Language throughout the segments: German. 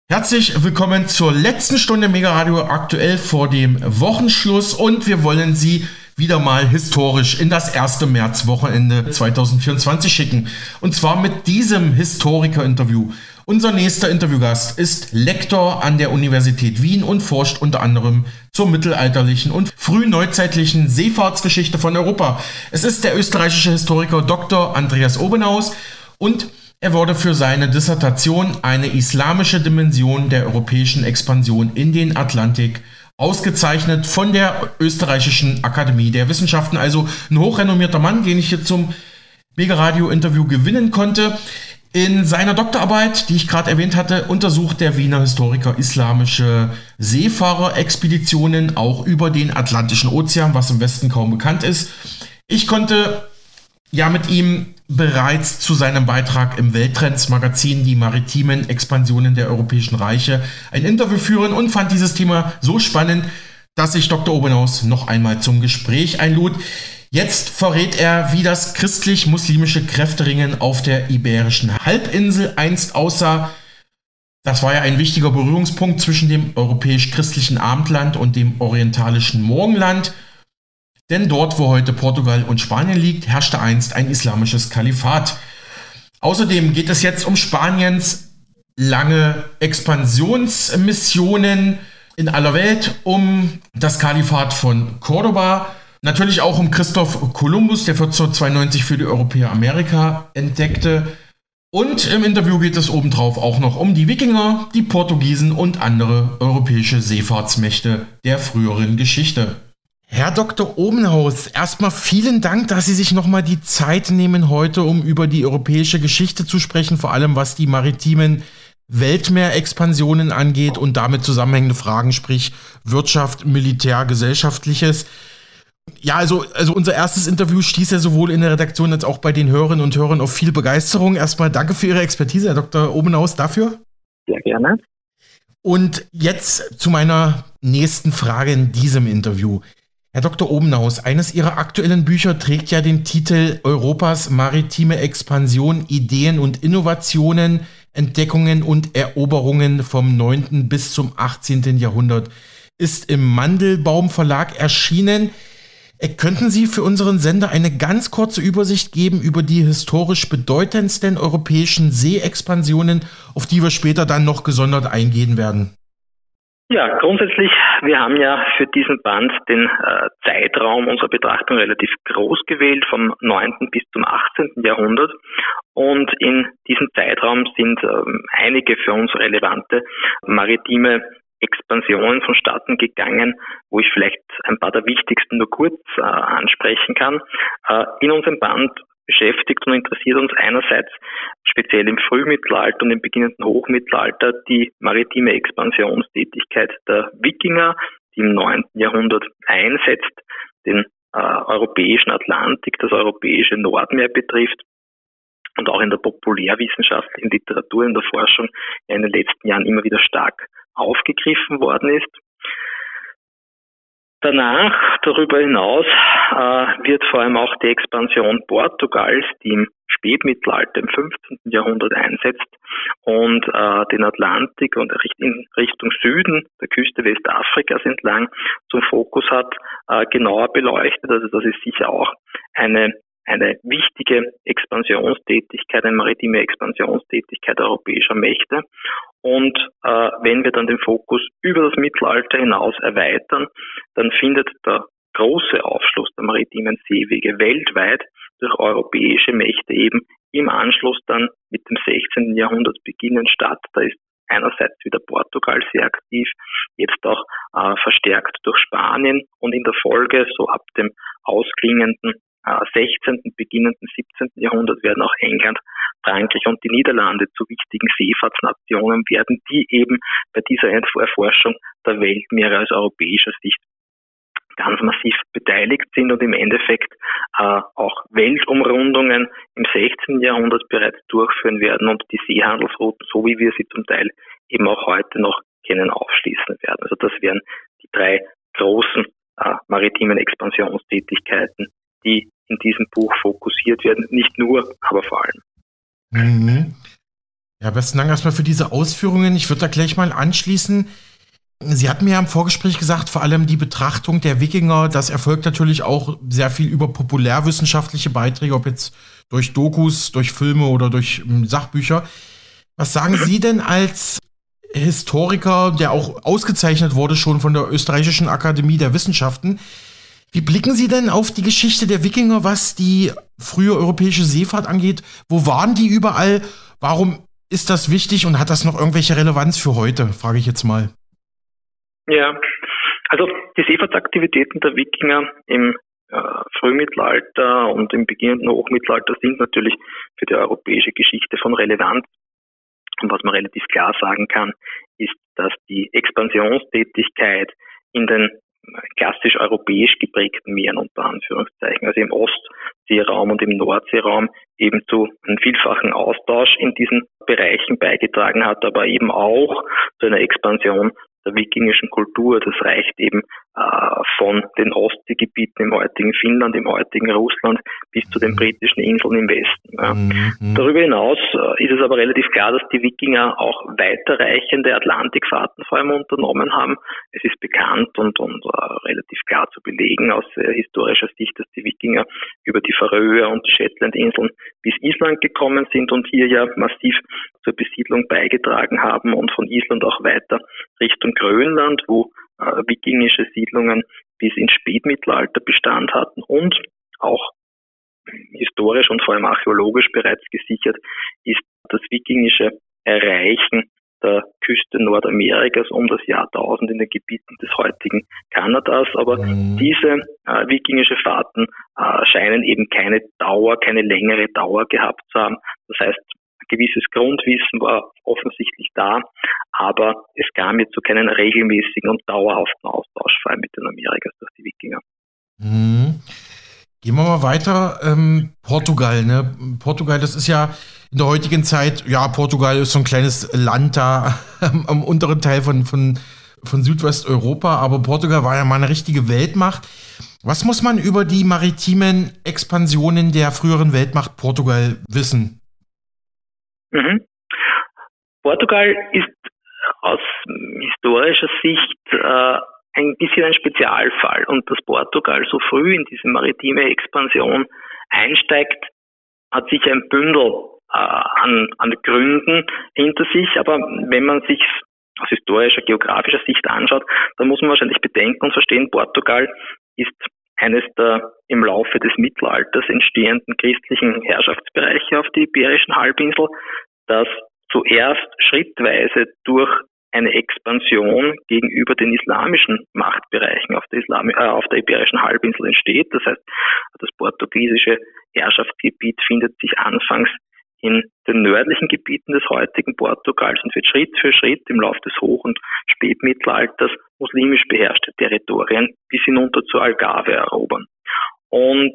Herzlich willkommen zur letzten Stunde Mega Radio aktuell vor dem Wochenschluss und wir wollen Sie wieder mal historisch in das erste Märzwochenende 2024 schicken. Und zwar mit diesem Historiker-Interview. Unser nächster Interviewgast ist Lektor an der Universität Wien und forscht unter anderem zur mittelalterlichen und frühneuzeitlichen Seefahrtsgeschichte von Europa. Es ist der österreichische Historiker Dr. Andreas Obenhaus und er wurde für seine Dissertation Eine islamische Dimension der europäischen Expansion in den Atlantik ausgezeichnet von der Österreichischen Akademie der Wissenschaften. Also ein hochrenommierter Mann, den ich hier zum Mega-Radio-Interview gewinnen konnte. In seiner Doktorarbeit, die ich gerade erwähnt hatte, untersucht der Wiener Historiker islamische Seefahrerexpeditionen auch über den Atlantischen Ozean, was im Westen kaum bekannt ist. Ich konnte mit ihm bereits zu seinem Beitrag im Welttrends-Magazin Die maritimen Expansionen der europäischen Reiche ein Interview führen und fand dieses Thema so spannend, dass ich Dr. Obenhaus noch einmal zum Gespräch einlud. Jetzt verrät er, wie das christlich-muslimische Kräfteringen auf der Iberischen Halbinsel einst aussah. Das war ja ein wichtiger Berührungspunkt zwischen dem europäisch-christlichen Abendland und dem orientalischen Morgenland. Denn dort, wo heute Portugal und Spanien liegt, herrschte einst ein islamisches Kalifat. Außerdem geht es jetzt um Spaniens lange Expansionsmissionen in aller Welt, um das Kalifat von Cordoba, natürlich auch um Christoph Kolumbus, der 1492 für die Europäer Amerika entdeckte. Und im Interview geht es obendrauf auch noch um die Wikinger, die Portugiesen und andere europäische Seefahrtsmächte der früheren Geschichte. Herr Dr. Obenhaus, erstmal vielen Dank, dass Sie sich nochmal die Zeit nehmen heute, um über die europäische Geschichte zu sprechen, vor allem was die maritimen Weltmeerexpansionen angeht und damit zusammenhängende Fragen, sprich Wirtschaft, Militär, Gesellschaftliches. Ja, also unser erstes Interview stieß ja sowohl in der Redaktion als auch bei den Hörerinnen und Hörern auf viel Begeisterung. Erstmal danke für Ihre Expertise, Herr Dr. Obenhaus, dafür. Sehr gerne. Und jetzt zu meiner nächsten Frage in diesem Interview. Herr Dr. Obenhaus, eines Ihrer aktuellen Bücher trägt ja den Titel Europas maritime Expansion, Ideen und Innovationen, Entdeckungen und Eroberungen vom 9. bis zum 18. Jahrhundert. Ist im Mandelbaum Verlag erschienen. Könnten Sie für unseren Sender eine ganz kurze Übersicht geben über die historisch bedeutendsten europäischen Seeexpansionen, auf die wir später dann noch gesondert eingehen werden? Ja, grundsätzlich, wir haben ja für diesen Band den Zeitraum unserer Betrachtung relativ groß gewählt, vom 9. bis zum 18. Jahrhundert. Und in diesem Zeitraum sind einige für uns relevante maritime Expansionen vonstatten gegangen, wo ich vielleicht ein paar der wichtigsten nur kurz ansprechen kann. In unserem Band beschäftigt und interessiert uns einerseits speziell im Frühmittelalter und im beginnenden Hochmittelalter die maritime Expansionstätigkeit der Wikinger, die im 9. Jahrhundert einsetzt, den europäischen Atlantik, das europäische Nordmeer betrifft und auch in der Populärwissenschaft, in Literatur, in der Forschung in den letzten Jahren immer wieder stark aufgegriffen worden ist. Danach, darüber hinaus, wird vor allem auch die Expansion Portugals, die im Spätmittelalter, im 15. Jahrhundert einsetzt und den Atlantik und in Richtung Süden, der Küste Westafrikas entlang, zum Fokus hat, genauer beleuchtet. Also das ist sicher auch eine wichtige Expansionstätigkeit, eine maritime Expansionstätigkeit europäischer Mächte. Und wenn wir dann den Fokus über das Mittelalter hinaus erweitern, dann findet der große Aufschluss der maritimen Seewege weltweit durch europäische Mächte eben im Anschluss dann mit dem 16. Jahrhundert beginnend statt. Da ist einerseits wieder Portugal sehr aktiv, jetzt auch verstärkt durch Spanien und in der Folge so ab dem ausklingenden 16., beginnenden 17. Jahrhundert werden auch England, Frankreich und die Niederlande zu wichtigen Seefahrtsnationen werden, die eben bei dieser Erforschung der Weltmeere aus europäischer Sicht ganz massiv beteiligt sind und im Endeffekt auch Weltumrundungen im 16. Jahrhundert bereits durchführen werden und die Seehandelsrouten, so wie wir sie zum Teil eben auch heute noch kennen, aufschließen werden. Also das wären die drei großen maritimen Expansionstätigkeiten, die in diesem Buch fokussiert werden. Nicht nur, aber vor allem. Mhm. Ja, besten Dank erstmal für diese Ausführungen. Ich würde da gleich mal anschließen. Sie hatten mir ja im Vorgespräch gesagt, vor allem die Betrachtung der Wikinger, das erfolgt natürlich auch sehr viel über populärwissenschaftliche Beiträge, ob jetzt durch Dokus, durch Filme oder durch Sachbücher. Was sagen Sie denn als Historiker, der auch ausgezeichnet wurde schon von der Österreichischen Akademie der Wissenschaften? Wie blicken Sie denn auf die Geschichte der Wikinger, was die frühe europäische Seefahrt angeht? Wo waren die überall? Warum ist das wichtig und hat das noch irgendwelche Relevanz für heute, frage ich jetzt mal. Ja, also die Seefahrtsaktivitäten der Wikinger im Frühmittelalter und im beginnenden Hochmittelalter sind natürlich für die europäische Geschichte von Relevanz. Und was man relativ klar sagen kann, ist, dass die Expansionstätigkeit in den klassisch europäisch geprägten Meeren unter Anführungszeichen, also im Ostseeraum und im Nordseeraum, eben zu einem vielfachen Austausch in diesen Bereichen beigetragen hat, aber eben auch zu einer Expansion der wikingischen Kultur. Das reicht eben von den Ostseegebieten im heutigen Finnland, im heutigen Russland bis zu den britischen Inseln im Westen. Ja. Darüber hinaus ist es aber relativ klar, dass die Wikinger auch weiterreichende Atlantikfahrten vor allem unternommen haben. Es ist bekannt und relativ klar zu belegen aus historischer Sicht, dass die Wikinger über die Färöer und die Shetlandinseln bis Island gekommen sind und hier ja massiv zur Besiedlung beigetragen haben und von Island auch weiter Richtung Grönland, wo wikingische Siedlungen bis ins Spätmittelalter Bestand hatten und auch historisch und vor allem archäologisch bereits gesichert ist das wikingische Erreichen der Küste Nordamerikas um das Jahrtausend in den Gebieten des heutigen Kanadas. Aber diese wikingische Fahrten scheinen eben keine längere Dauer gehabt zu haben. Das heißt, ein gewisses Grundwissen war offensichtlich da, aber es kam jetzt zu keinen regelmäßigen und dauerhaften Austausch, vor allem mit den Amerikas durch die Wikinger. Gehen wir mal weiter. Portugal, ne? Portugal, das ist ja in der heutigen Zeit, ja, Portugal ist so ein kleines Land da am unteren Teil von Südwesteuropa, aber Portugal war ja mal eine richtige Weltmacht. Was muss man über die maritimen Expansionen der früheren Weltmacht Portugal wissen? Portugal ist aus historischer Sicht ein bisschen ein Spezialfall, und dass Portugal so früh in diese maritime Expansion einsteigt, hat sicher ein Bündel an Gründen hinter sich, aber wenn man sich aus historischer, geografischer Sicht anschaut, dann muss man wahrscheinlich bedenken und verstehen, Portugal ist eines der im Laufe des Mittelalters entstehenden christlichen Herrschaftsbereiche auf der Iberischen Halbinsel, das zuerst schrittweise durch eine Expansion gegenüber den islamischen Machtbereichen auf der Iberischen Halbinsel entsteht. Das heißt, das portugiesische Herrschaftsgebiet findet sich anfangs in den nördlichen Gebieten des heutigen Portugals und wird Schritt für Schritt im Laufe des Hoch- und Spätmittelalters muslimisch beherrschte Territorien bis hinunter zur Algarve erobern. Und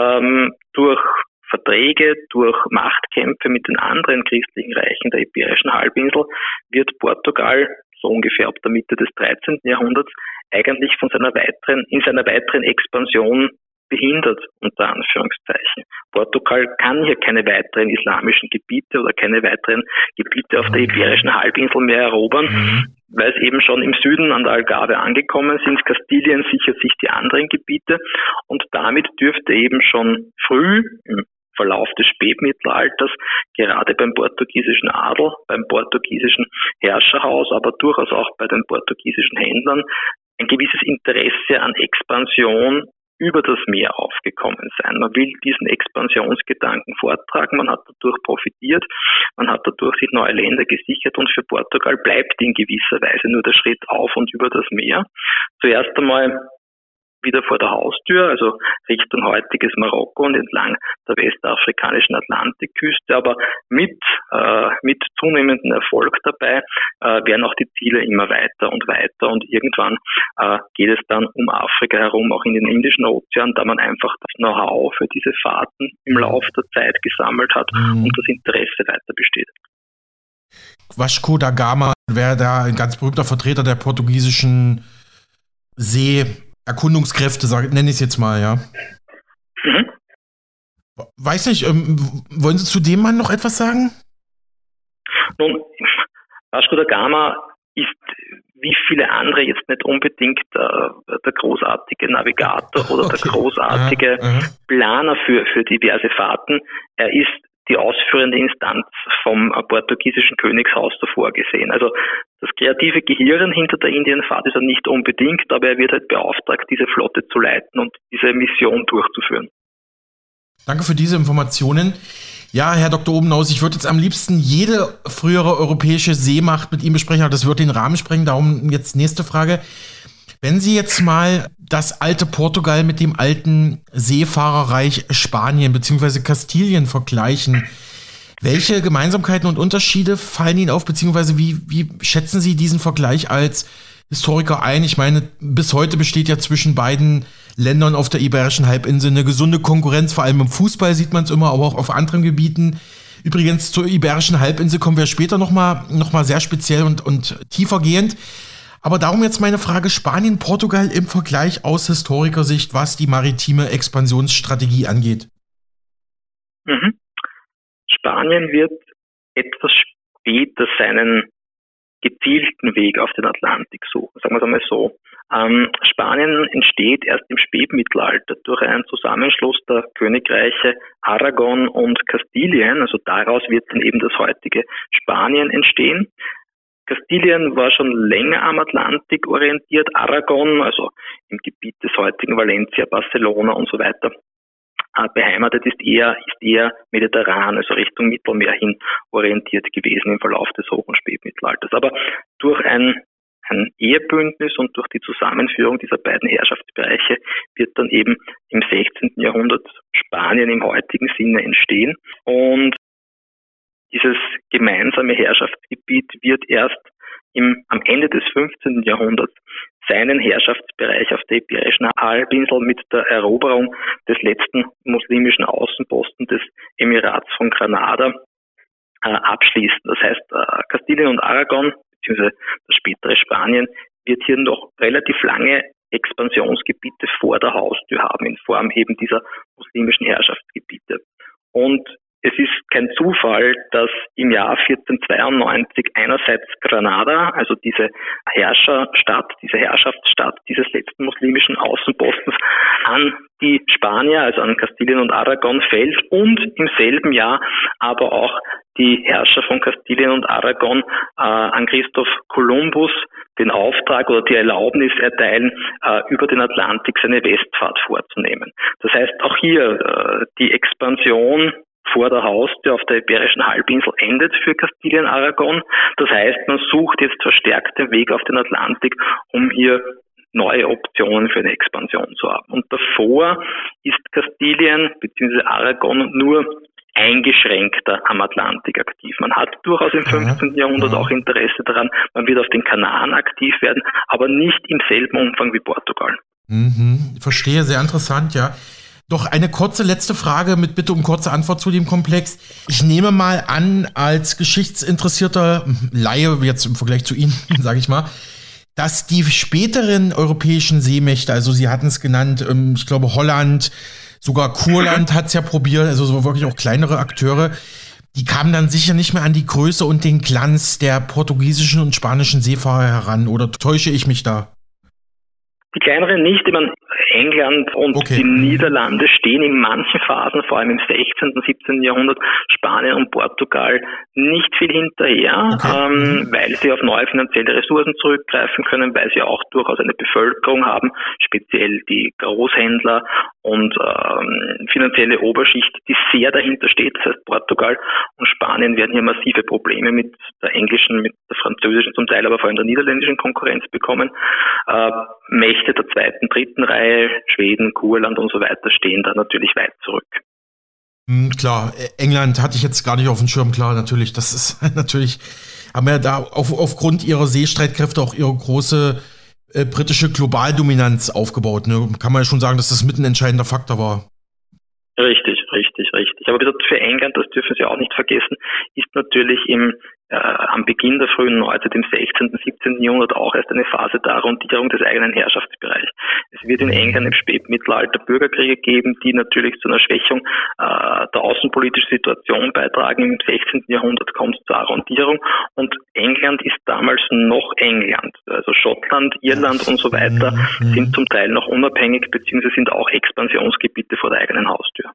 durch Verträge, durch Machtkämpfe mit den anderen christlichen Reichen der Iberischen Halbinsel wird Portugal so ungefähr ab der Mitte des 13. Jahrhunderts eigentlich in seiner weiteren Expansion behindert, unter Anführungszeichen. Portugal kann hier keine weiteren islamischen Gebiete oder keine weiteren Gebiete auf der Iberischen Halbinsel mehr erobern, weil es eben schon im Süden an der Algarve angekommen sind. Kastilien sichert sich die anderen Gebiete und damit dürfte eben schon früh im Verlauf des Spätmittelalters, gerade beim portugiesischen Adel, beim portugiesischen Herrscherhaus, aber durchaus auch bei den portugiesischen Händlern, ein gewisses Interesse an Expansion über das Meer aufgekommen sein. Man will diesen Expansionsgedanken vortragen, man hat dadurch profitiert, man hat dadurch sich neue Länder gesichert und für Portugal bleibt in gewisser Weise nur der Schritt auf und über das Meer. Zuerst einmal wieder vor der Haustür, also Richtung heutiges Marokko und entlang der westafrikanischen Atlantikküste, aber mit zunehmendem Erfolg dabei werden auch die Ziele immer weiter und weiter und irgendwann geht es dann um Afrika herum, auch in den Indischen Ozean, da man einfach das Know-how für diese Fahrten im Laufe der Zeit gesammelt hat und das Interesse weiter besteht. Vasco da Gama wäre da ein ganz berühmter Vertreter der portugiesischen Erkundungskräfte, nenne ich es jetzt mal, ja. Weiß nicht, wollen Sie zu dem Mann noch etwas sagen? Nun, Vasco da Gama ist wie viele andere jetzt nicht unbedingt der großartige Navigator oder der großartige Planer für diverse Fahrten. Er ist die ausführende Instanz vom portugiesischen Königshaus davor gesehen. Also das kreative Gehirn hinter der Indienfahrt ist er nicht unbedingt, aber er wird halt beauftragt, diese Flotte zu leiten und diese Mission durchzuführen. Danke für diese Informationen. Ja, Herr Dr. Obenhaus, ich würde jetzt am liebsten jede frühere europäische Seemacht mit Ihnen besprechen, aber das wird den Rahmen sprengen. Darum jetzt nächste Frage. Wenn Sie jetzt mal das alte Portugal mit dem alten Seefahrerreich Spanien bzw. Kastilien vergleichen, welche Gemeinsamkeiten und Unterschiede fallen Ihnen auf, beziehungsweise wie schätzen Sie diesen Vergleich als Historiker ein? Ich meine, bis heute besteht ja zwischen beiden Ländern auf der Iberischen Halbinsel eine gesunde Konkurrenz, vor allem im Fußball sieht man es immer, aber auch auf anderen Gebieten. Übrigens zur Iberischen Halbinsel kommen wir später noch mal sehr speziell und tiefergehend. Aber darum jetzt meine Frage, Spanien, Portugal im Vergleich aus Historikersicht, was die maritime Expansionsstrategie angeht. Spanien wird etwas später seinen gezielten Weg auf den Atlantik suchen, sagen wir es einmal so. Spanien entsteht erst im Spätmittelalter durch einen Zusammenschluss der Königreiche Aragon und Kastilien, also daraus wird dann eben das heutige Spanien entstehen. Kastilien war schon länger am Atlantik orientiert, Aragon, also im Gebiet des heutigen Valencia, Barcelona und so weiter, beheimatet ist eher mediterran, also Richtung Mittelmeer hin orientiert gewesen im Verlauf des Hoch- und Spätmittelalters. Aber durch ein Ehebündnis und durch die Zusammenführung dieser beiden Herrschaftsbereiche wird dann eben im 16. Jahrhundert Spanien im heutigen Sinne entstehen. Und dieses gemeinsame Herrschaftsgebiet wird erst am Ende des 15. Jahrhunderts seinen Herrschaftsbereich auf der Iberischen Halbinsel mit der Eroberung des letzten muslimischen Außenposten des Emirats von Granada abschließen. Das heißt, Kastilien und Aragon, beziehungsweise das spätere Spanien, wird hier noch relativ lange Expansionsgebiete vor der Haustür haben, in Form eben dieser muslimischen Herrschaftsgebiete. Und es ist kein Zufall, dass im Jahr 1492 einerseits Granada, also diese Herrschaftsstadt dieses letzten muslimischen Außenpostens, an die Spanier, also an Kastilien und Aragon fällt und im selben Jahr aber auch die Herrscher von Kastilien und Aragon an Christoph Kolumbus den Auftrag oder die Erlaubnis erteilen, über den Atlantik seine Westfahrt vorzunehmen. Das heißt, auch hier die Expansion vor der Haustür auf der Iberischen Halbinsel endet für Kastilien-Aragon. Das heißt, man sucht jetzt verstärkt den Weg auf den Atlantik, um hier neue Optionen für eine Expansion zu haben. Und davor ist Kastilien bzw. Aragon nur eingeschränkter am Atlantik aktiv. Man hat durchaus im 15. Jahrhundert auch Interesse daran, man wird auf den Kanaren aktiv werden, aber nicht im selben Umfang wie Portugal. Verstehe, sehr interessant, ja. Doch eine kurze letzte Frage mit Bitte um kurze Antwort zu dem Komplex. Ich nehme mal an, als geschichtsinteressierter Laie, jetzt im Vergleich zu Ihnen, sage ich mal, dass die späteren europäischen Seemächte, also Sie hatten es genannt, ich glaube Holland, sogar Kurland hat es ja probiert, also so wirklich auch kleinere Akteure, die kamen dann sicher nicht mehr an die Größe und den Glanz der portugiesischen und spanischen Seefahrer heran, oder täusche ich mich da? Die kleineren nicht, ich meine, England und die Niederlande stehen in manchen Phasen, vor allem im 16. und 17. Jahrhundert, Spanien und Portugal nicht viel hinterher, weil sie auf neue finanzielle Ressourcen zurückgreifen können, weil sie auch durchaus eine Bevölkerung haben, speziell die Großhändler und finanzielle Oberschicht, die sehr dahinter steht. Das heißt, Portugal und Spanien werden hier massive Probleme mit der englischen, mit der französischen zum Teil, aber vor allem der niederländischen Konkurrenz bekommen. Mächte der zweiten, dritten Reihe, Schweden, Kurland und so weiter, stehen da natürlich weit zurück. Klar, England hatte ich jetzt gar nicht auf dem Schirm, klar, natürlich, das ist natürlich, haben wir da aufgrund ihrer Seestreitkräfte auch ihre große britische Globaldominanz aufgebaut, ne? Kann man ja schon sagen, dass das mit ein entscheidender Faktor war. Richtig. Richtig. Aber wie gesagt, für England, das dürfen Sie auch nicht vergessen, ist natürlich am Beginn der frühen Neuzeit, im 16., 17. Jahrhundert auch erst eine Phase der Arrondierung des eigenen Herrschaftsbereichs. Es wird in England im Spätmittelalter Bürgerkriege geben, die natürlich zu einer Schwächung der außenpolitischen Situation beitragen. Im 16. Jahrhundert kommt es zur Arrondierung und England ist damals noch England. Also Schottland, Irland und so weiter sind zum Teil noch unabhängig, beziehungsweise sind auch Expansionsgebiete vor der eigenen Haustür.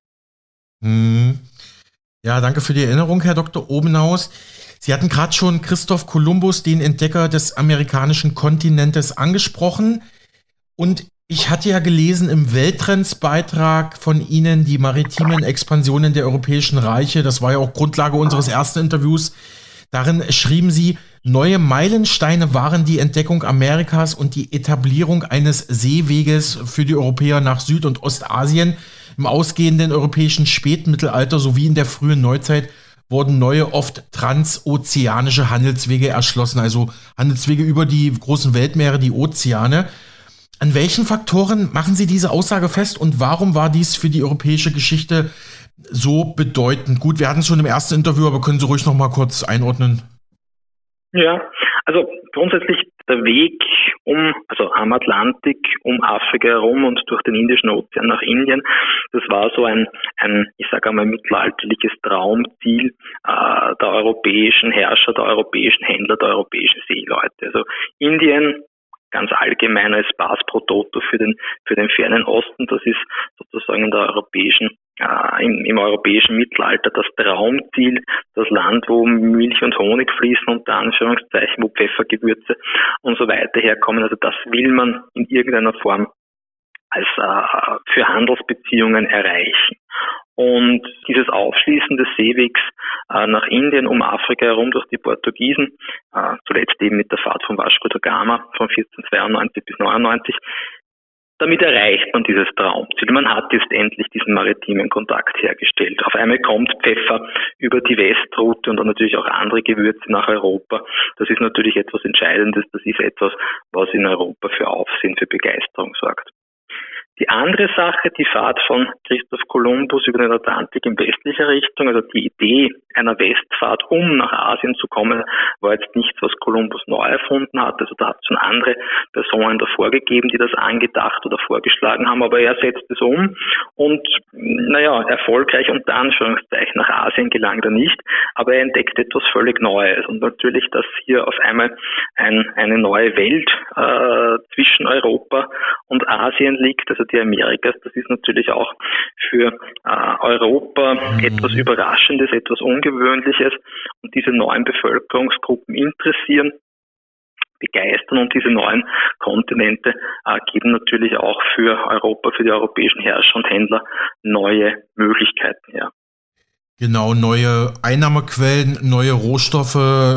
Ja, danke für die Erinnerung, Herr Dr. Obenhaus. Sie hatten gerade schon Christoph Kolumbus, den Entdecker des amerikanischen Kontinentes, angesprochen. Und ich hatte ja gelesen im Welttrends-Beitrag von Ihnen die maritimen Expansionen der europäischen Reiche. Das war ja auch Grundlage unseres ersten Interviews. Darin schrieben Sie, neue Meilensteine waren die Entdeckung Amerikas und die Etablierung eines Seeweges für die Europäer nach Süd- und Ostasien. Im ausgehenden europäischen Spätmittelalter sowie in der frühen Neuzeit wurden neue, oft transozeanische Handelswege erschlossen, also Handelswege über die großen Weltmeere, die Ozeane. An welchen Faktoren machen Sie diese Aussage fest und warum war dies für die europäische Geschichte so bedeutend? Gut, wir hatten es schon im ersten Interview, aber können Sie ruhig noch mal kurz einordnen? Ja, also grundsätzlich der Weg am Atlantik, um Afrika herum und durch den Indischen Ozean nach Indien, das war so ein ich sage einmal, mittelalterliches Traumziel der europäischen Herrscher, der europäischen Händler, der europäischen Seeleute. Also Indien ganz allgemein als Bas pro Toto für den fernen Osten, das ist sozusagen in der europäischen im europäischen Mittelalter das Traumziel, das Land, wo Milch und Honig fließen, unter Anführungszeichen, wo Pfeffergewürze und so weiter herkommen. Also das will man in irgendeiner Form als für Handelsbeziehungen erreichen. Und dieses Aufschließen des Seewegs nach Indien, um Afrika herum durch die Portugiesen, zuletzt eben mit der Fahrt von Vasco da Gama von 1492 bis 99, damit erreicht man dieses Traumziel. Man hat jetzt endlich diesen maritimen Kontakt hergestellt. Auf einmal kommt Pfeffer über die Westroute und dann natürlich auch andere Gewürze nach Europa. Das ist natürlich etwas Entscheidendes. Das ist etwas, was in Europa für Aufsehen, für Begeisterung sorgt. Die andere Sache, die Fahrt von Christoph Kolumbus über den Atlantik in westlicher Richtung, also die Idee einer Westfahrt, um nach Asien zu kommen, war jetzt nichts, was Kolumbus neu erfunden hat. Also da hat es schon andere Personen davor gegeben, die das angedacht oder vorgeschlagen haben, aber er setzt es um und, erfolgreich unter Anführungszeichen nach Asien gelangt er nicht, aber er entdeckt etwas völlig Neues und natürlich, dass hier auf einmal eine neue Welt zwischen Europa und Asien liegt, also die Amerikas, das ist natürlich auch für Europa etwas Überraschendes, etwas Ungewöhnliches und diese neuen Bevölkerungsgruppen interessieren, begeistern und diese neuen Kontinente geben natürlich auch für Europa, für die europäischen Herrscher und Händler neue Möglichkeiten her. Genau, neue Einnahmequellen, neue Rohstoffe,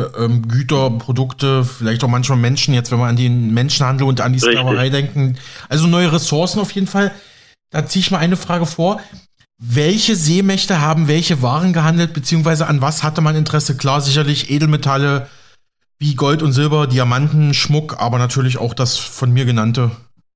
Güter, Produkte, vielleicht auch manchmal Menschen, jetzt wenn wir an den Menschenhandel und an die Sklaverei denken. Also neue Ressourcen auf jeden Fall. Da ziehe ich mal eine Frage vor. Welche Seemächte haben welche Waren gehandelt, beziehungsweise an was hatte man Interesse? Klar, sicherlich Edelmetalle wie Gold und Silber, Diamanten, Schmuck, aber natürlich auch das von mir genannte.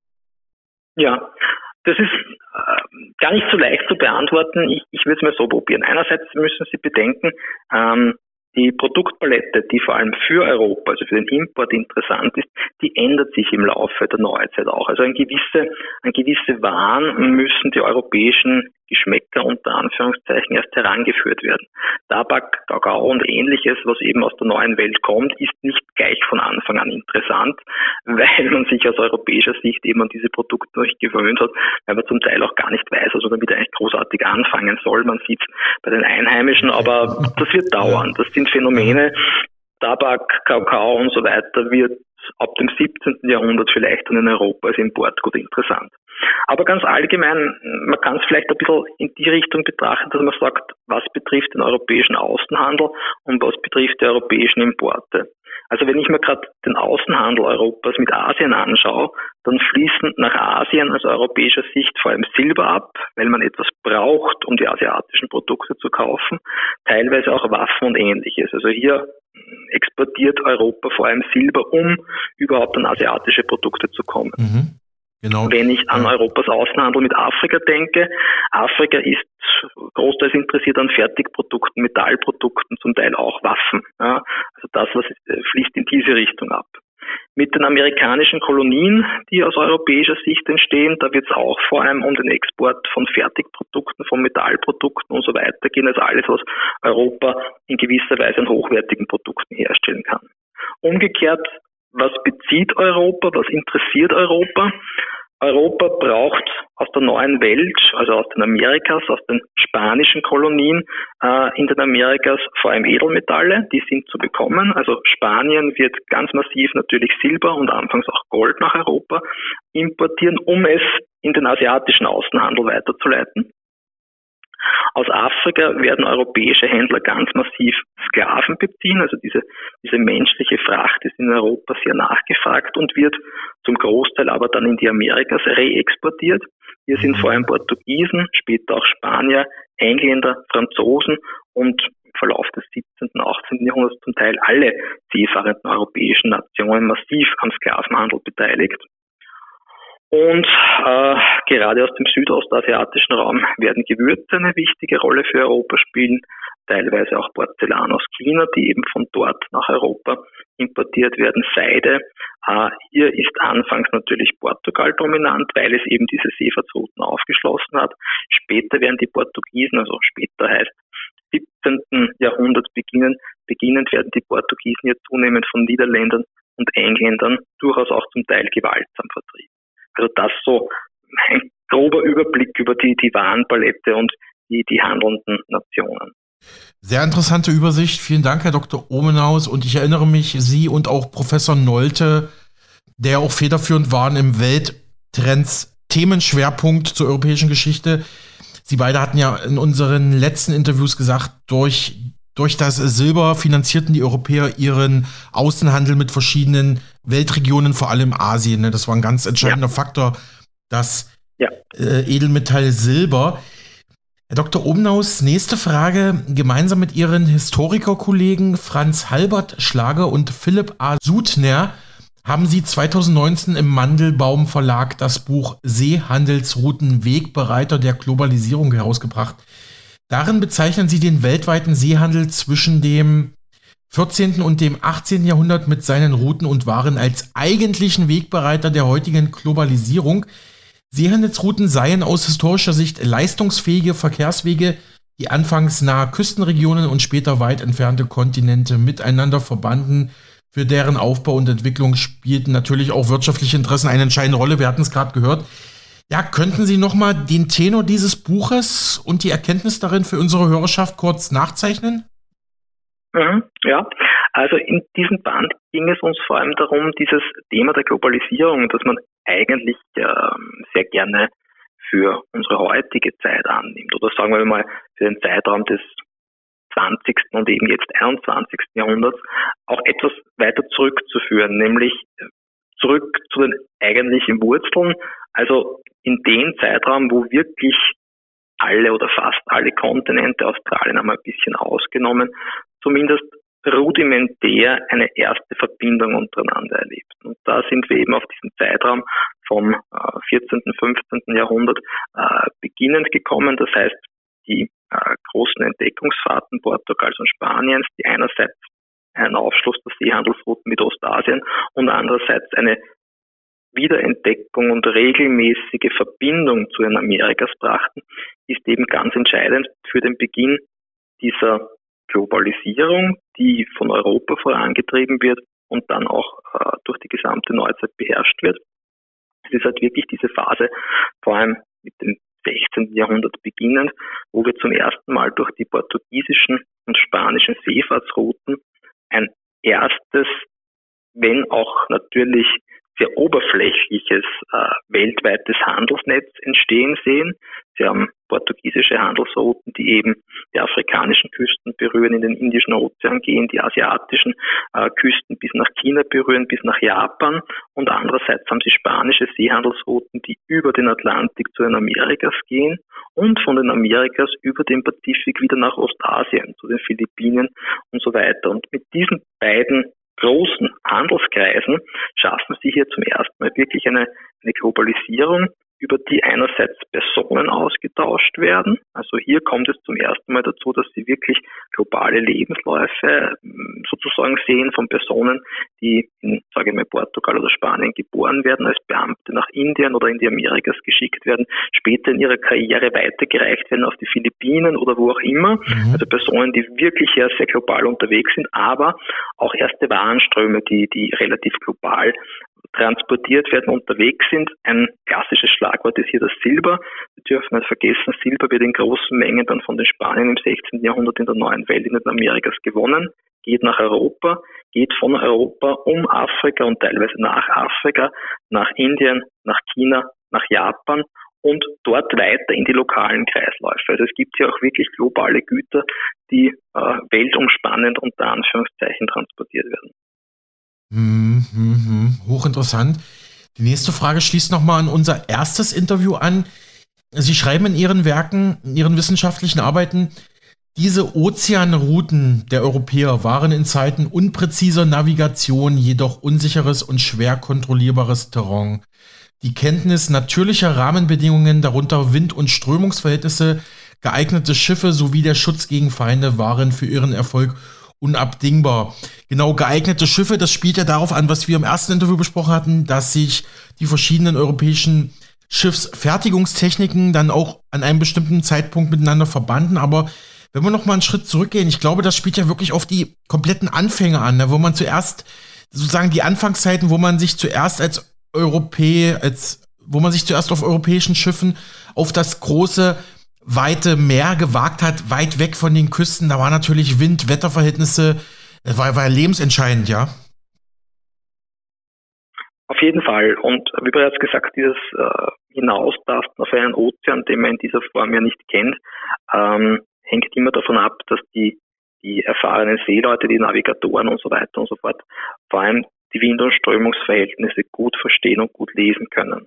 Ja, das ist gar nicht so leicht zu beantworten. Ich würde es mal so probieren. Einerseits müssen Sie bedenken, die Produktpalette, die vor allem für Europa, also für den Import interessant ist, die ändert sich im Laufe der Neuzeit auch. Also an gewisse Waren müssen die europäischen Geschmäcker unter Anführungszeichen erst herangeführt werden. Tabak, Kakao und ähnliches, was eben aus der neuen Welt kommt, ist nicht gleich von Anfang an interessant, weil man sich aus europäischer Sicht eben an diese Produkte nicht gewöhnt hat, weil man zum Teil auch gar nicht weiß, also damit eigentlich großartig anfangen soll. Man sieht es bei den Einheimischen, aber das wird dauern. Das sind Phänomene, Tabak, Kakao und so weiter wird ab dem 17. Jahrhundert vielleicht dann in Europa als Importgut interessant. Aber ganz allgemein, man kann es vielleicht ein bisschen in die Richtung betrachten, dass man sagt, was betrifft den europäischen Außenhandel und was betrifft die europäischen Importe. Also wenn ich mir gerade den Außenhandel Europas mit Asien anschaue, dann fließen nach Asien aus europäischer Sicht vor allem Silber ab, weil man etwas braucht, um die asiatischen Produkte zu kaufen, teilweise auch Waffen und ähnliches. Also hier exportiert Europa vor allem Silber, um überhaupt an asiatische Produkte zu kommen. Genau. Wenn ich an Europas Außenhandel mit Afrika denke, Afrika ist großteils interessiert an Fertigprodukten, Metallprodukten, zum Teil auch Waffen. Ja, also das, was fließt in diese Richtung ab. Mit den amerikanischen Kolonien, die aus europäischer Sicht entstehen, da wird es auch vor allem um den Export von Fertigprodukten, von Metallprodukten und so weiter gehen, also alles, was Europa in gewisser Weise an hochwertigen Produkten herstellen kann. Umgekehrt, was bezieht Europa, was interessiert Europa? Europa braucht aus der neuen Welt, also aus den Amerikas, aus den spanischen Kolonien in den Amerikas vor allem Edelmetalle, die sind zu bekommen. Also Spanien wird ganz massiv natürlich Silber und anfangs auch Gold nach Europa importieren, um es in den asiatischen Außenhandel weiterzuleiten. Aus Afrika werden europäische Händler ganz massiv Sklaven beziehen, also diese menschliche Fracht ist in Europa sehr nachgefragt und wird zum Großteil aber dann in die Amerikas reexportiert. Hier sind vor allem Portugiesen, später auch Spanier, Engländer, Franzosen und im Verlauf des 17. und 18. Jahrhunderts zum Teil alle seefahrenden europäischen Nationen massiv am Sklavenhandel beteiligt. Und gerade aus dem südostasiatischen Raum werden Gewürze eine wichtige Rolle für Europa spielen, teilweise auch Porzellan aus China, die eben von dort nach Europa importiert werden, Seide. Hier ist anfangs natürlich Portugal dominant, weil es eben diese Seefahrtsrouten aufgeschlossen hat. Später werden die Portugiesen, also später heißt 17. Jahrhundert beginnend werden die Portugiesen hier zunehmend von Niederländern und Engländern durchaus auch zum Teil gewaltsam vertrieben. Also das so ein grober Überblick über die Warenpalette und die handelnden Nationen. Sehr interessante Übersicht. Vielen Dank, Herr Dr. Omenhaus. Und ich erinnere mich, Sie und auch Professor Nolte, der auch federführend waren im Welttrends Themenschwerpunkt zur europäischen Geschichte. Sie beide hatten ja in unseren letzten Interviews gesagt, durch das Silber finanzierten die Europäer ihren Außenhandel mit verschiedenen Weltregionen, vor allem Asien. Das war ein ganz entscheidender Faktor, das Edelmetall Silber. Herr Dr. Omenhaus, nächste Frage. Gemeinsam mit Ihren Historikerkollegen Franz Halbert Schlager und Philipp A. Sudner haben Sie 2019 im Mandelbaum Verlag das Buch Seehandelsrouten Wegbereiter der Globalisierung herausgebracht. Darin bezeichnen Sie den weltweiten Seehandel zwischen dem 14. und dem 18. Jahrhundert mit seinen Routen und Waren als eigentlichen Wegbereiter der heutigen Globalisierung. Seehandelsrouten seien aus historischer Sicht leistungsfähige Verkehrswege, die anfangs nahe Küstenregionen und später weit entfernte Kontinente miteinander verbanden. Für deren Aufbau und Entwicklung spielten natürlich auch wirtschaftliche Interessen eine entscheidende Rolle. Wir hatten es gerade gehört. Ja, könnten Sie nochmal den Tenor dieses Buches und die Erkenntnis darin für unsere Hörerschaft kurz nachzeichnen? Ja, also in diesem Band ging es uns vor allem darum, dieses Thema der Globalisierung, das man eigentlich sehr gerne für unsere heutige Zeit annimmt. Oder sagen wir mal für den Zeitraum des 20. und eben jetzt 21. Jahrhunderts auch etwas weiter zurückzuführen, nämlich zurück zu den eigentlichen Wurzeln, also in den Zeitraum, wo wirklich alle oder fast alle Kontinente, Australien haben wir ein bisschen ausgenommen, zumindest rudimentär eine erste Verbindung untereinander erlebt. Und da sind wir eben auf diesen Zeitraum vom 14., 15. Jahrhundert beginnend gekommen. Das heißt, die großen Entdeckungsfahrten Portugals und Spaniens, die einerseits einen Aufschluss der Seehandelsrouten mit Ostasien und andererseits eine Wiederentdeckung und regelmäßige Verbindung zu den Amerikas brachten, ist eben ganz entscheidend für den Beginn dieser Globalisierung, die von Europa vorangetrieben wird und dann auch durch die gesamte Neuzeit beherrscht wird. Es ist halt wirklich diese Phase, vor allem mit dem 16. Jahrhundert beginnend, wo wir zum ersten Mal durch die portugiesischen und spanischen Seefahrtsrouten ein erstes, wenn auch natürlich sehr oberflächliches weltweites Handelsnetz entstehen sehen. Sie haben portugiesische Handelsrouten, die eben die afrikanischen Küsten berühren, in den Indischen Ozean gehen, die asiatischen Küsten bis nach China berühren, bis nach Japan. Und andererseits haben sie spanische Seehandelsrouten, die über den Atlantik zu den Amerikas gehen und von den Amerikas über den Pazifik wieder nach Ostasien, zu den Philippinen und so weiter. Und mit diesen beiden großen Handelskreisen schaffen sie hier zum ersten Mal wirklich eine Globalisierung, über die einerseits Personen ausgetauscht werden. Also hier kommt es zum ersten Mal dazu, dass sie wirklich globale Lebensläufe sozusagen sehen von Personen, die in, sage ich mal, Portugal oder Spanien geboren werden, als Beamte nach Indien oder in die Amerikas geschickt werden, später in ihrer Karriere weitergereicht werden auf die Philippinen oder wo auch immer. Also Personen, die wirklich sehr, sehr global unterwegs sind, aber auch erste Warenströme, die relativ global transportiert werden, unterwegs sind. Ein klassisches Schlagwort ist hier das Silber. Wir dürfen nicht vergessen, Silber wird in großen Mengen dann von den Spaniern im 16. Jahrhundert in der neuen Welt in den Amerikas gewonnen, geht nach Europa, geht von Europa um Afrika und teilweise nach Afrika, nach Indien, nach China, nach Japan und dort weiter in die lokalen Kreisläufe. Also es gibt hier auch wirklich globale Güter, die weltumspannend unter Anführungszeichen transportiert werden. Hochinteressant. Die nächste Frage schließt nochmal an unser erstes Interview an. Sie schreiben in Ihren Werken, in Ihren wissenschaftlichen Arbeiten, diese Ozeanrouten der Europäer waren in Zeiten unpräziser Navigation jedoch unsicheres und schwer kontrollierbares Terrain. Die Kenntnis natürlicher Rahmenbedingungen, darunter Wind- und Strömungsverhältnisse, geeignete Schiffe sowie der Schutz gegen Feinde waren für ihren Erfolg unabdingbar. Genau, geeignete Schiffe, das spielt ja darauf an, was wir im ersten Interview besprochen hatten, dass sich die verschiedenen europäischen Schiffsfertigungstechniken dann auch an einem bestimmten Zeitpunkt miteinander verbanden. Aber wenn wir noch mal einen Schritt zurückgehen, ich glaube, das spielt ja wirklich auf die kompletten Anfänge an, wo man zuerst, sozusagen die Anfangszeiten, wo man sich zuerst auf europäischen Schiffen auf das große weite Meer gewagt hat, weit weg von den Küsten. Da war natürlich Wind, Wetterverhältnisse, das war lebensentscheidend, ja? Auf jeden Fall. Und wie bereits gesagt, dieses Hinaustasten auf einen Ozean, den man in dieser Form ja nicht kennt, hängt immer davon ab, dass die erfahrenen Seeleute, die Navigatoren und so weiter und so fort, vor allem die Wind- und Strömungsverhältnisse gut verstehen und gut lesen können.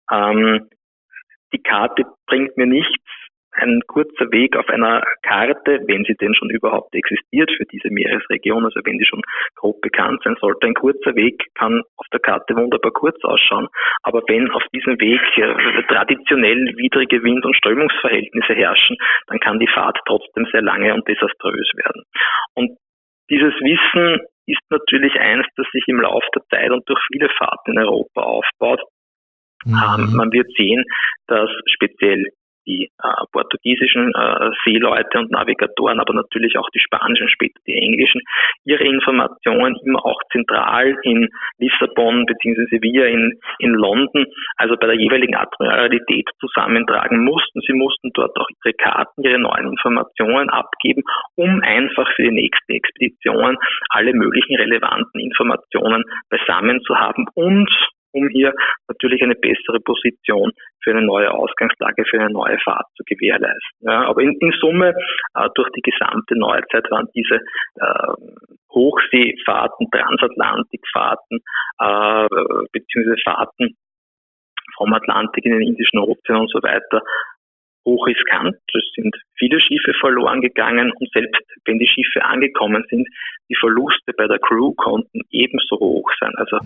Die Karte bringt mir nichts. Ein kurzer Weg auf einer Karte, wenn sie denn schon überhaupt existiert für diese Meeresregion, also wenn die schon grob bekannt sein sollte, ein kurzer Weg kann auf der Karte wunderbar kurz ausschauen. Aber wenn auf diesem Weg traditionell widrige Wind- und Strömungsverhältnisse herrschen, dann kann die Fahrt trotzdem sehr lange und desaströs werden. Und dieses Wissen ist natürlich eins, das sich im Laufe der Zeit und durch viele Fahrten in Europa aufbaut. Man wird sehen, dass speziell die portugiesischen Seeleute und Navigatoren, aber natürlich auch die spanischen, später die englischen, ihre Informationen immer auch zentral in Lissabon bzw. Sevilla in London, also bei der jeweiligen Admiralität zusammentragen mussten. Sie mussten dort auch ihre Karten, ihre neuen Informationen abgeben, um einfach für die nächste Expedition alle möglichen relevanten Informationen beisammen zu haben und um hier natürlich eine bessere Position für eine neue Ausgangslage, für eine neue Fahrt zu gewährleisten. Ja, aber in Summe, durch die gesamte Neuzeit waren diese Hochseefahrten, Transatlantikfahrten, beziehungsweise Fahrten vom Atlantik in den Indischen Ozean und so weiter hochriskant. Es sind viele Schiffe verloren gegangen und selbst wenn die Schiffe angekommen sind, die Verluste bei der Crew konnten ebenso hoch sein. Also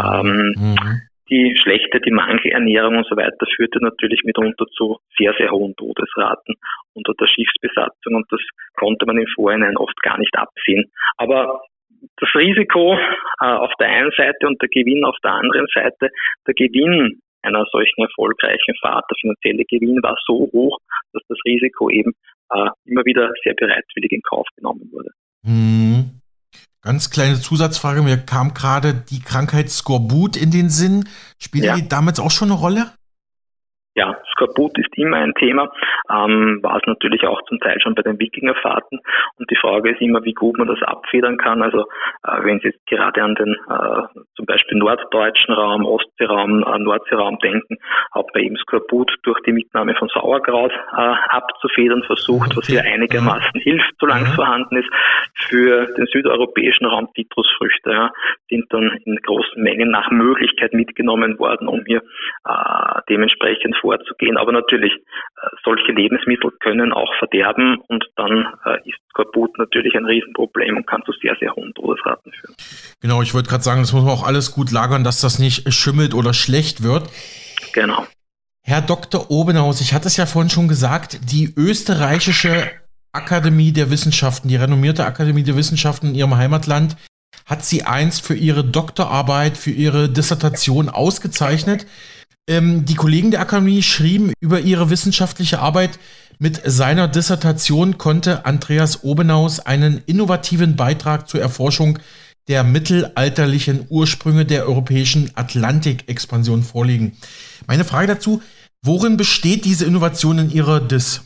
die Mangelernährung und so weiter führte natürlich mitunter zu sehr, sehr hohen Todesraten unter der Schiffsbesatzung und das konnte man im Vorhinein oft gar nicht absehen. Aber das Risiko auf der einen Seite und der Gewinn auf der anderen Seite, der Gewinn einer solchen erfolgreichen Fahrt, der finanzielle Gewinn war so hoch, dass das Risiko eben immer wieder sehr bereitwillig in Kauf genommen wurde. Ganz kleine Zusatzfrage, mir kam gerade die Krankheit Skorbut in den Sinn. Spielte die damals auch schon eine Rolle? Ja, Skorbut ist immer ein Thema, war es natürlich auch zum Teil schon bei den Wikingerfahrten und die Frage ist immer, wie gut man das abfedern kann. Also wenn Sie jetzt gerade an den zum Beispiel norddeutschen Raum, Ostseeraum, Nordseeraum denken, hat man eben Skorbut durch die Mitnahme von Sauerkraut abzufedern versucht, was hier einigermaßen hilft, solange es vorhanden ist. Für den südeuropäischen Raum Zitrusfrüchte sind dann in großen Mengen nach Möglichkeit mitgenommen worden, um hier dementsprechend vorzugehen. Aber natürlich, solche Lebensmittel können auch verderben und dann ist Skorbut natürlich ein Riesenproblem und kann zu sehr, sehr hohen Todesraten führen. Genau, ich wollte gerade sagen, das muss man auch alles gut lagern, dass das nicht schimmelt oder schlecht wird. Genau. Herr Dr. Obenhaus, ich hatte es ja vorhin schon gesagt, die österreichische Akademie der Wissenschaften, die renommierte Akademie der Wissenschaften in ihrem Heimatland, hat sie einst für ihre Doktorarbeit, für ihre Dissertation ausgezeichnet. Die Kollegen der Akademie schrieben über ihre wissenschaftliche Arbeit: Mit seiner Dissertation konnte Andreas Obenhaus einen innovativen Beitrag zur Erforschung der mittelalterlichen Ursprünge der europäischen Atlantikexpansion vorlegen. Meine Frage dazu: Worin besteht diese Innovation in Ihrer Diss?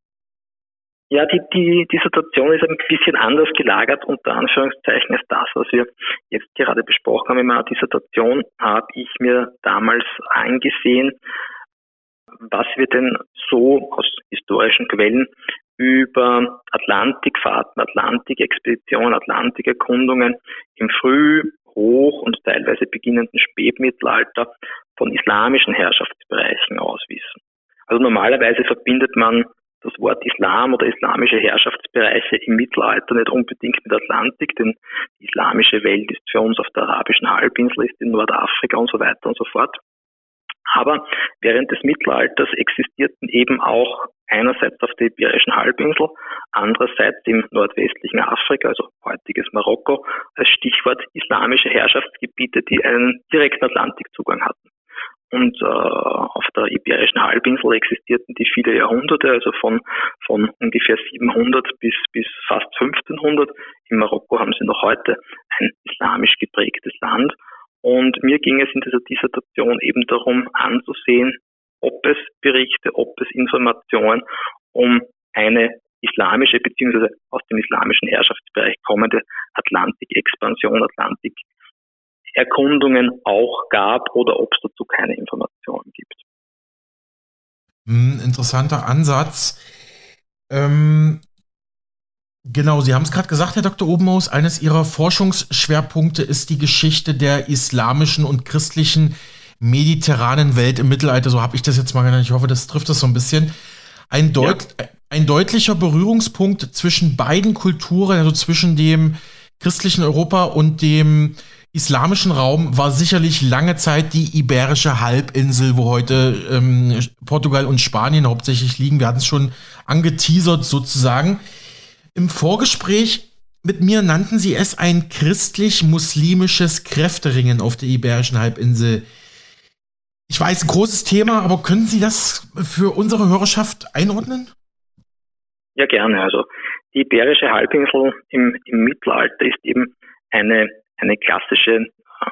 Ja, die Dissertation ist ein bisschen anders gelagert, unter Anführungszeichen, als das, was wir jetzt gerade besprochen haben. In meiner Dissertation habe ich mir damals angesehen, was wir denn so aus historischen Quellen über Atlantikfahrten, Atlantikexpeditionen, Atlantikerkundungen im Früh-, Hoch- und teilweise beginnenden Spätmittelalter von islamischen Herrschaftsbereichen aus wissen. Also normalerweise verbindet man das Wort Islam oder islamische Herrschaftsbereiche im Mittelalter nicht unbedingt mit Atlantik, denn die islamische Welt ist für uns auf der arabischen Halbinsel, ist in Nordafrika und so weiter und so fort. Aber während des Mittelalters existierten eben auch einerseits auf der Iberischen Halbinsel, andererseits im nordwestlichen Afrika, also heutiges Marokko, als Stichwort islamische Herrschaftsgebiete, die einen direkten Atlantikzugang hatten. Und auf der Iberischen Halbinsel existierten die viele Jahrhunderte, also von ungefähr 700 bis fast 1500. In Marokko haben sie noch heute ein islamisch geprägtes Land. Und mir ging es in dieser Dissertation eben darum anzusehen, ob es Berichte, ob es Informationen um eine islamische bzw. aus dem islamischen Herrschaftsbereich kommende Atlantikexpansion, Atlantikerkundungen auch gab oder ob es dazu keine Informationen gibt. Interessanter Ansatz. Genau, Sie haben es gerade gesagt, Herr Dr. Obenhaus, eines Ihrer Forschungsschwerpunkte ist die Geschichte der islamischen und christlichen mediterranen Welt im Mittelalter. So habe ich das jetzt mal genannt. Ich hoffe, das trifft das so ein bisschen. Ein deutlicher Berührungspunkt zwischen beiden Kulturen, also zwischen dem christlichen Europa und dem islamischen Raum, war sicherlich lange Zeit die Iberische Halbinsel, wo heute Portugal und Spanien hauptsächlich liegen. Wir hatten es schon angeteasert sozusagen. Im Vorgespräch mit mir nannten Sie es ein christlich-muslimisches Kräfteringen auf der Iberischen Halbinsel. Ich weiß, ein großes Thema, aber können Sie das für unsere Hörerschaft einordnen? Ja, gerne. Also die Iberische Halbinsel im Mittelalter ist eben eine klassische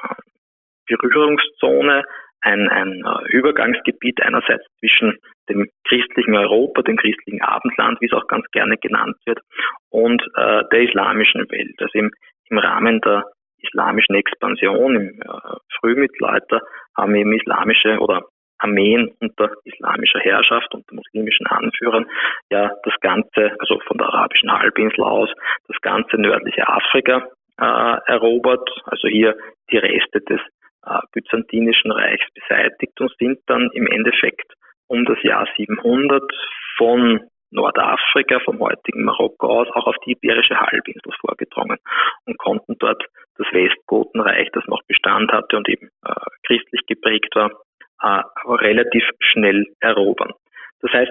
Berührungszone, ein Übergangsgebiet einerseits zwischen dem christlichen Europa, dem christlichen Abendland, wie es auch ganz gerne genannt wird, und der islamischen Welt. Also im Rahmen der islamischen Expansion im Frühmittelalter haben eben islamische oder Armeen unter islamischer Herrschaft, unter muslimischen Anführern, ja das Ganze, also von der arabischen Halbinsel aus, das ganze nördliche Afrika erobert, also hier die Reste des Byzantinischen Reichs beseitigt und sind dann im Endeffekt um das Jahr 700 von Nordafrika, vom heutigen Marokko aus, auch auf die Iberische Halbinsel vorgedrungen und konnten dort das Westgotenreich, das noch Bestand hatte und eben christlich geprägt war, aber relativ schnell erobern. Das heißt,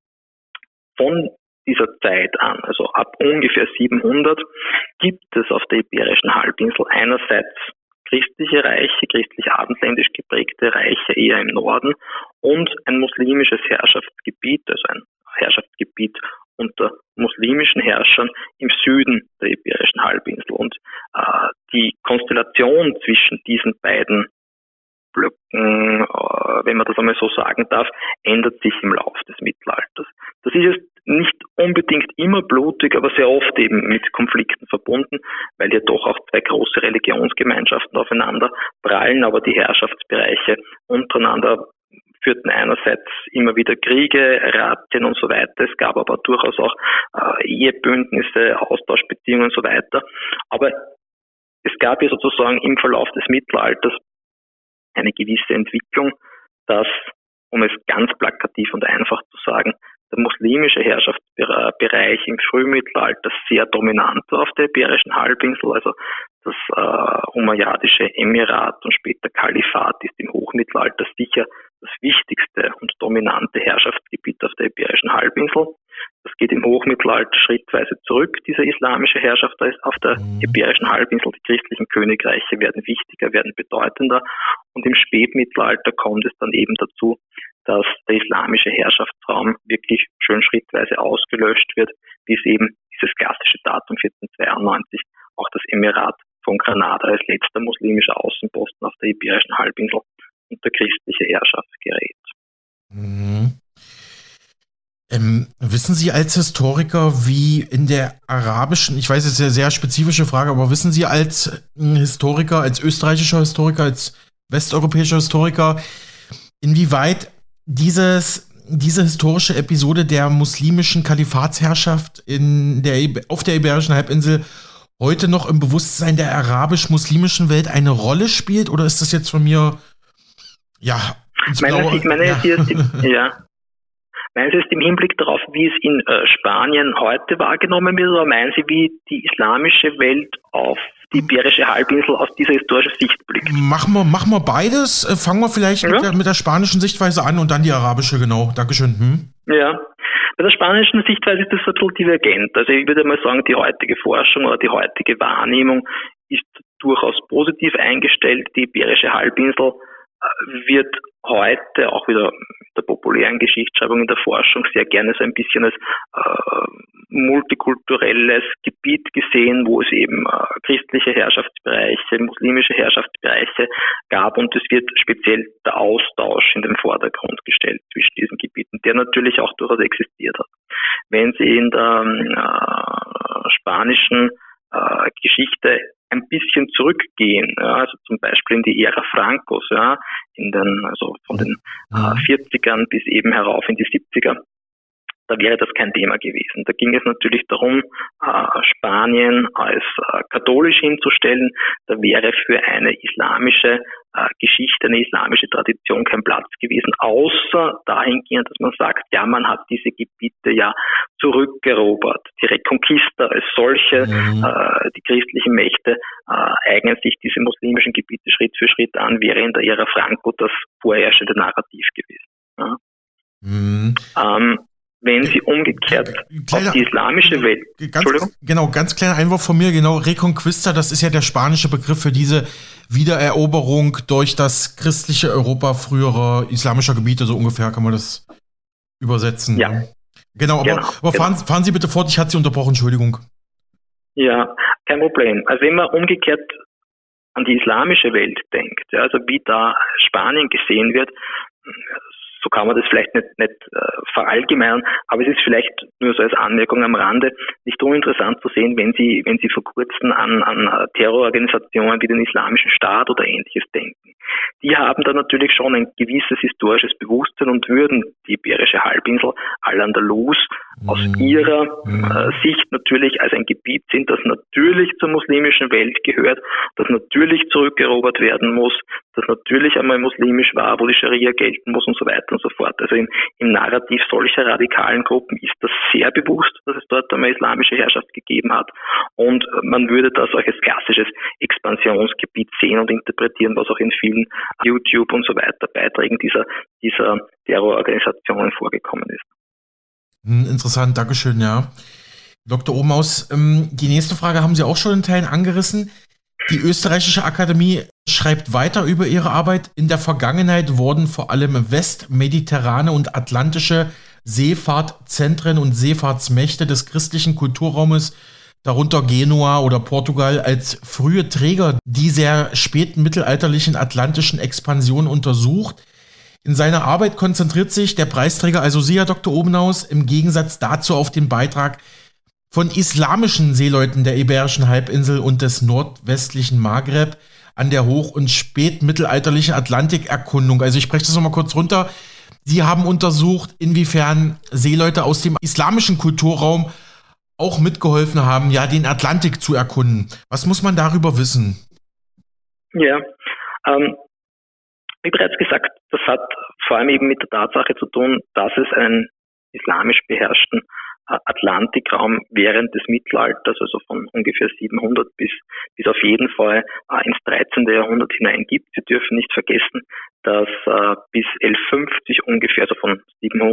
von dieser Zeit an, also ab ungefähr 700, gibt es auf der Iberischen Halbinsel einerseits christliche Reiche, christlich-abendländisch geprägte Reiche eher im Norden und ein muslimisches Herrschaftsgebiet, also ein Herrschaftsgebiet unter muslimischen Herrschern im Süden der Iberischen Halbinsel. Und die Konstellation zwischen diesen beiden Blöcken, wenn man das einmal so sagen darf, ändert sich im Laufe des Mittelalters. Das ist jetzt nicht unbedingt immer blutig, aber sehr oft eben mit Konflikten verbunden, weil ja doch auch zwei große Religionsgemeinschaften aufeinander prallen, aber die Herrschaftsbereiche untereinander führten einerseits immer wieder Kriege, Razzien und so weiter. Es gab aber durchaus auch Ehebündnisse, Austauschbeziehungen und so weiter. Aber es gab ja sozusagen im Verlauf des Mittelalters eine gewisse Entwicklung, dass um es ganz plakativ und einfach zu sagen, der muslimische Herrschaftsbereich im Frühmittelalter sehr dominant war auf der Iberischen Halbinsel. Also das umayyadische Emirat und später Kalifat ist im Hochmittelalter sicher das wichtigste und dominante Herrschaftsgebiet auf der Iberischen Halbinsel. Das geht im Hochmittelalter schrittweise zurück, diese islamische Herrschaft auf der Iberischen Halbinsel. Die christlichen Königreiche werden wichtiger, werden bedeutender. Und im Spätmittelalter kommt es dann eben dazu, dass der islamische Herrschaftsraum wirklich schön schrittweise ausgelöscht wird, bis eben dieses klassische Datum 1492 auch das Emirat von Granada als letzter muslimischer Außenposten auf der Iberischen Halbinsel unter christliche Herrschaft gerät. Wissen Sie als Historiker, wie in der arabischen, ich weiß, es ist eine sehr spezifische Frage, aber wissen Sie als Historiker, als österreichischer Historiker, als westeuropäischer Historiker, inwieweit diese historische Episode der muslimischen Kalifatsherrschaft auf der Iberischen Halbinsel heute noch im Bewusstsein der arabisch-muslimischen Welt eine Rolle spielt? Oder ist das jetzt von mir, Meinen Sie es im Hinblick darauf, wie es in Spanien heute wahrgenommen wird, oder meinen Sie, wie die islamische Welt auf die Iberische Halbinsel aus dieser historischen Sicht blickt? Machen wir beides. Fangen wir vielleicht mit der spanischen Sichtweise an und dann die arabische, genau. Dankeschön. Ja, bei der spanischen Sichtweise ist das ein bisschen divergent. Also ich würde mal sagen, die heutige Forschung oder die heutige Wahrnehmung ist durchaus positiv eingestellt. Die Iberische Halbinsel wird heute auch wieder mit der populären Geschichtsschreibung in der Forschung sehr gerne so ein bisschen als multikulturelles Gebiet gesehen, wo es eben christliche Herrschaftsbereiche, muslimische Herrschaftsbereiche gab, und es wird speziell der Austausch in den Vordergrund gestellt zwischen diesen Gebieten, der natürlich auch durchaus existiert hat. Wenn Sie in der spanischen Geschichte ein bisschen zurückgehen, also zum Beispiel in die Ära Francos, also von den 40ern bis eben herauf in die 70er, da wäre das kein Thema gewesen. Da ging es natürlich darum, Spanien als katholisch hinzustellen. Da wäre für eine islamische Geschichte, eine islamische Tradition kein Platz gewesen, außer dahingehend, dass man sagt, ja, man hat diese Gebiete ja zurückerobert. Die Reconquista als solche, die christlichen Mächte eignen sich diese muslimischen Gebiete Schritt für Schritt an, wäre in der Ära Franco das vorherrschende Narrativ gewesen. Wenn Sie umgekehrt auf die islamische Welt... Ganz kleiner Einwurf von mir, Reconquista, das ist ja der spanische Begriff für diese Wiedereroberung durch das christliche Europa früherer islamischer Gebiete, so ungefähr kann man das übersetzen. Ja. Aber fahren Sie bitte fort, ich hatte Sie unterbrochen, Entschuldigung. Ja, kein Problem. Also wenn man umgekehrt an die islamische Welt denkt, also wie da Spanien gesehen wird, so kann man das vielleicht nicht verallgemeinern, aber es ist vielleicht nur so als Anmerkung am Rande nicht uninteressant zu sehen, wenn Sie vor kurzem an Terrororganisationen wie den Islamischen Staat oder Ähnliches denken. Die haben da natürlich schon ein gewisses historisches Bewusstsein und würden die Iberische Halbinsel, Al-Andalus, aus ihrer Sicht natürlich als ein Gebiet sehen, das natürlich zur muslimischen Welt gehört, das natürlich zurückerobert werden muss, das natürlich einmal muslimisch war, wo die Scharia gelten muss und so weiter und so fort. Also im Narrativ solcher radikalen Gruppen ist das sehr bewusst, dass es dort einmal islamische Herrschaft gegeben hat, und man würde das auch als klassisches Expansionsgebiet sehen und interpretieren, was auch in vielen YouTube und so weiter Beiträgen dieser Terrororganisationen vorgekommen ist. Interessant, Dankeschön, ja. Dr. Obenhaus, die nächste Frage haben Sie auch schon in Teilen angerissen. Die Österreichische Akademie schreibt weiter über ihre Arbeit. In der Vergangenheit wurden vor allem westmediterrane und atlantische Seefahrtzentren und Seefahrtsmächte des christlichen Kulturraumes, darunter Genua oder Portugal, als frühe Träger dieser späten mittelalterlichen atlantischen Expansion untersucht. In seiner Arbeit konzentriert sich der Preisträger, also Sie, Herr Dr. Obenhaus, im Gegensatz dazu auf den Beitrag von islamischen Seeleuten der Iberischen Halbinsel und des nordwestlichen Maghreb an der hoch- und spätmittelalterlichen Atlantikerkundung. Also ich spreche das nochmal kurz runter. Sie haben untersucht, inwiefern Seeleute aus dem islamischen Kulturraum auch mitgeholfen haben, den Atlantik zu erkunden. Was muss man darüber wissen? Ja, Wie bereits gesagt, das hat vor allem eben mit der Tatsache zu tun, dass es einen islamisch beherrschten Atlantikraum während des Mittelalters, also von ungefähr 700 bis auf jeden Fall ins 13. Jahrhundert hinein gibt. Wir dürfen nicht vergessen, dass bis 1150 ungefähr, also von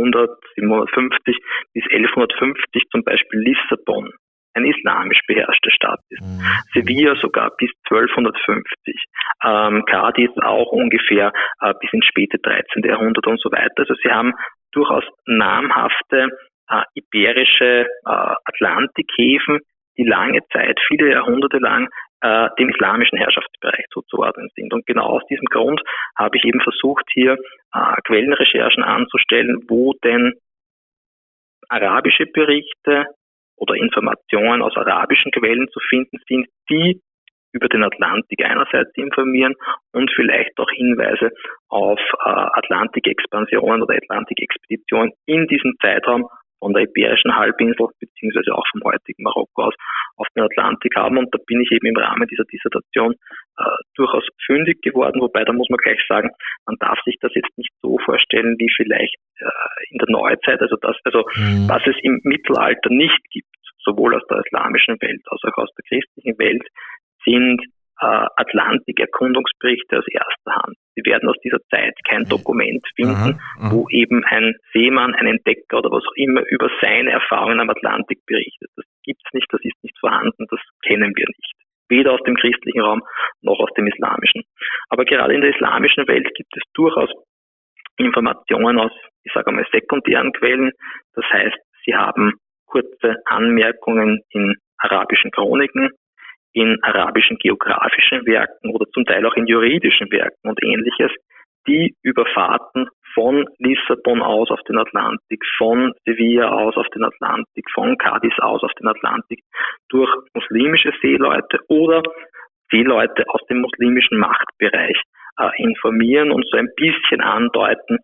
750 bis 1150 zum Beispiel Lissabon eine islamisch beherrschte Stadt ist. Sevilla sogar bis 1250. Cadiz auch ungefähr bis ins späte 13. Jahrhundert und so weiter. Also sie haben durchaus namhafte iberische Atlantikhäfen, die lange Zeit, viele Jahrhunderte lang, dem islamischen Herrschaftsbereich zuzuordnen sind. Und genau aus diesem Grund habe ich eben versucht, hier Quellenrecherchen anzustellen, wo denn arabische Berichte oder Informationen aus arabischen Quellen zu finden sind, die über den Atlantik einerseits informieren und vielleicht auch Hinweise auf Atlantikexpansionen oder Atlantikexpeditionen in diesem Zeitraum von der Iberischen Halbinsel beziehungsweise auch vom heutigen Marokko aus auf den Atlantik haben. Und da bin ich eben im Rahmen dieser Dissertation durchaus fündig geworden, wobei da muss man gleich sagen, man darf sich das jetzt nicht so vorstellen wie vielleicht in der Neuzeit, was es im Mittelalter nicht gibt, sowohl aus der islamischen Welt als auch aus der christlichen Welt, sind Atlantik-Erkundungsberichte aus erster Hand. Sie werden aus dieser Zeit kein Dokument finden, wo eben ein Seemann, ein Entdecker oder was auch immer über seine Erfahrungen am Atlantik berichtet. Das gibt's nicht, das ist nicht vorhanden, das kennen wir nicht. Weder aus dem christlichen Raum noch aus dem islamischen. Aber gerade in der islamischen Welt gibt es durchaus Informationen aus, ich sage einmal, sekundären Quellen. Das heißt, sie haben kurze Anmerkungen in arabischen Chroniken, in arabischen geografischen Werken oder zum Teil auch in juridischen Werken und Ähnliches, die über Fahrten von Lissabon aus auf den Atlantik, von Sevilla aus auf den Atlantik, von Cadiz aus auf den Atlantik durch muslimische Seeleute oder Seeleute aus dem muslimischen Machtbereich informieren und so ein bisschen andeuten,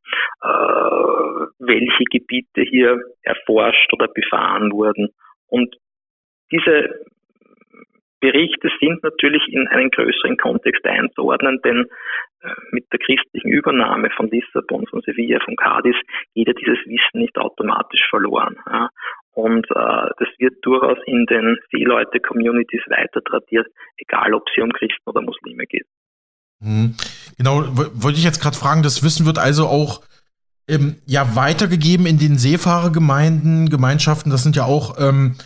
welche Gebiete hier erforscht oder befahren wurden. Und diese Berichte sind natürlich in einen größeren Kontext einzuordnen, denn mit der christlichen Übernahme von Lissabon, von Sevilla, von Cadiz geht ja dieses Wissen nicht automatisch verloren. Ja. Und das wird durchaus in den Seeleute-Communities weiter tradiert, egal ob es hier um Christen oder Muslime geht. Genau, wollte ich jetzt gerade fragen, das Wissen wird also auch weitergegeben in den Seefahrergemeinden, Gemeinschaften, das sind ja auch,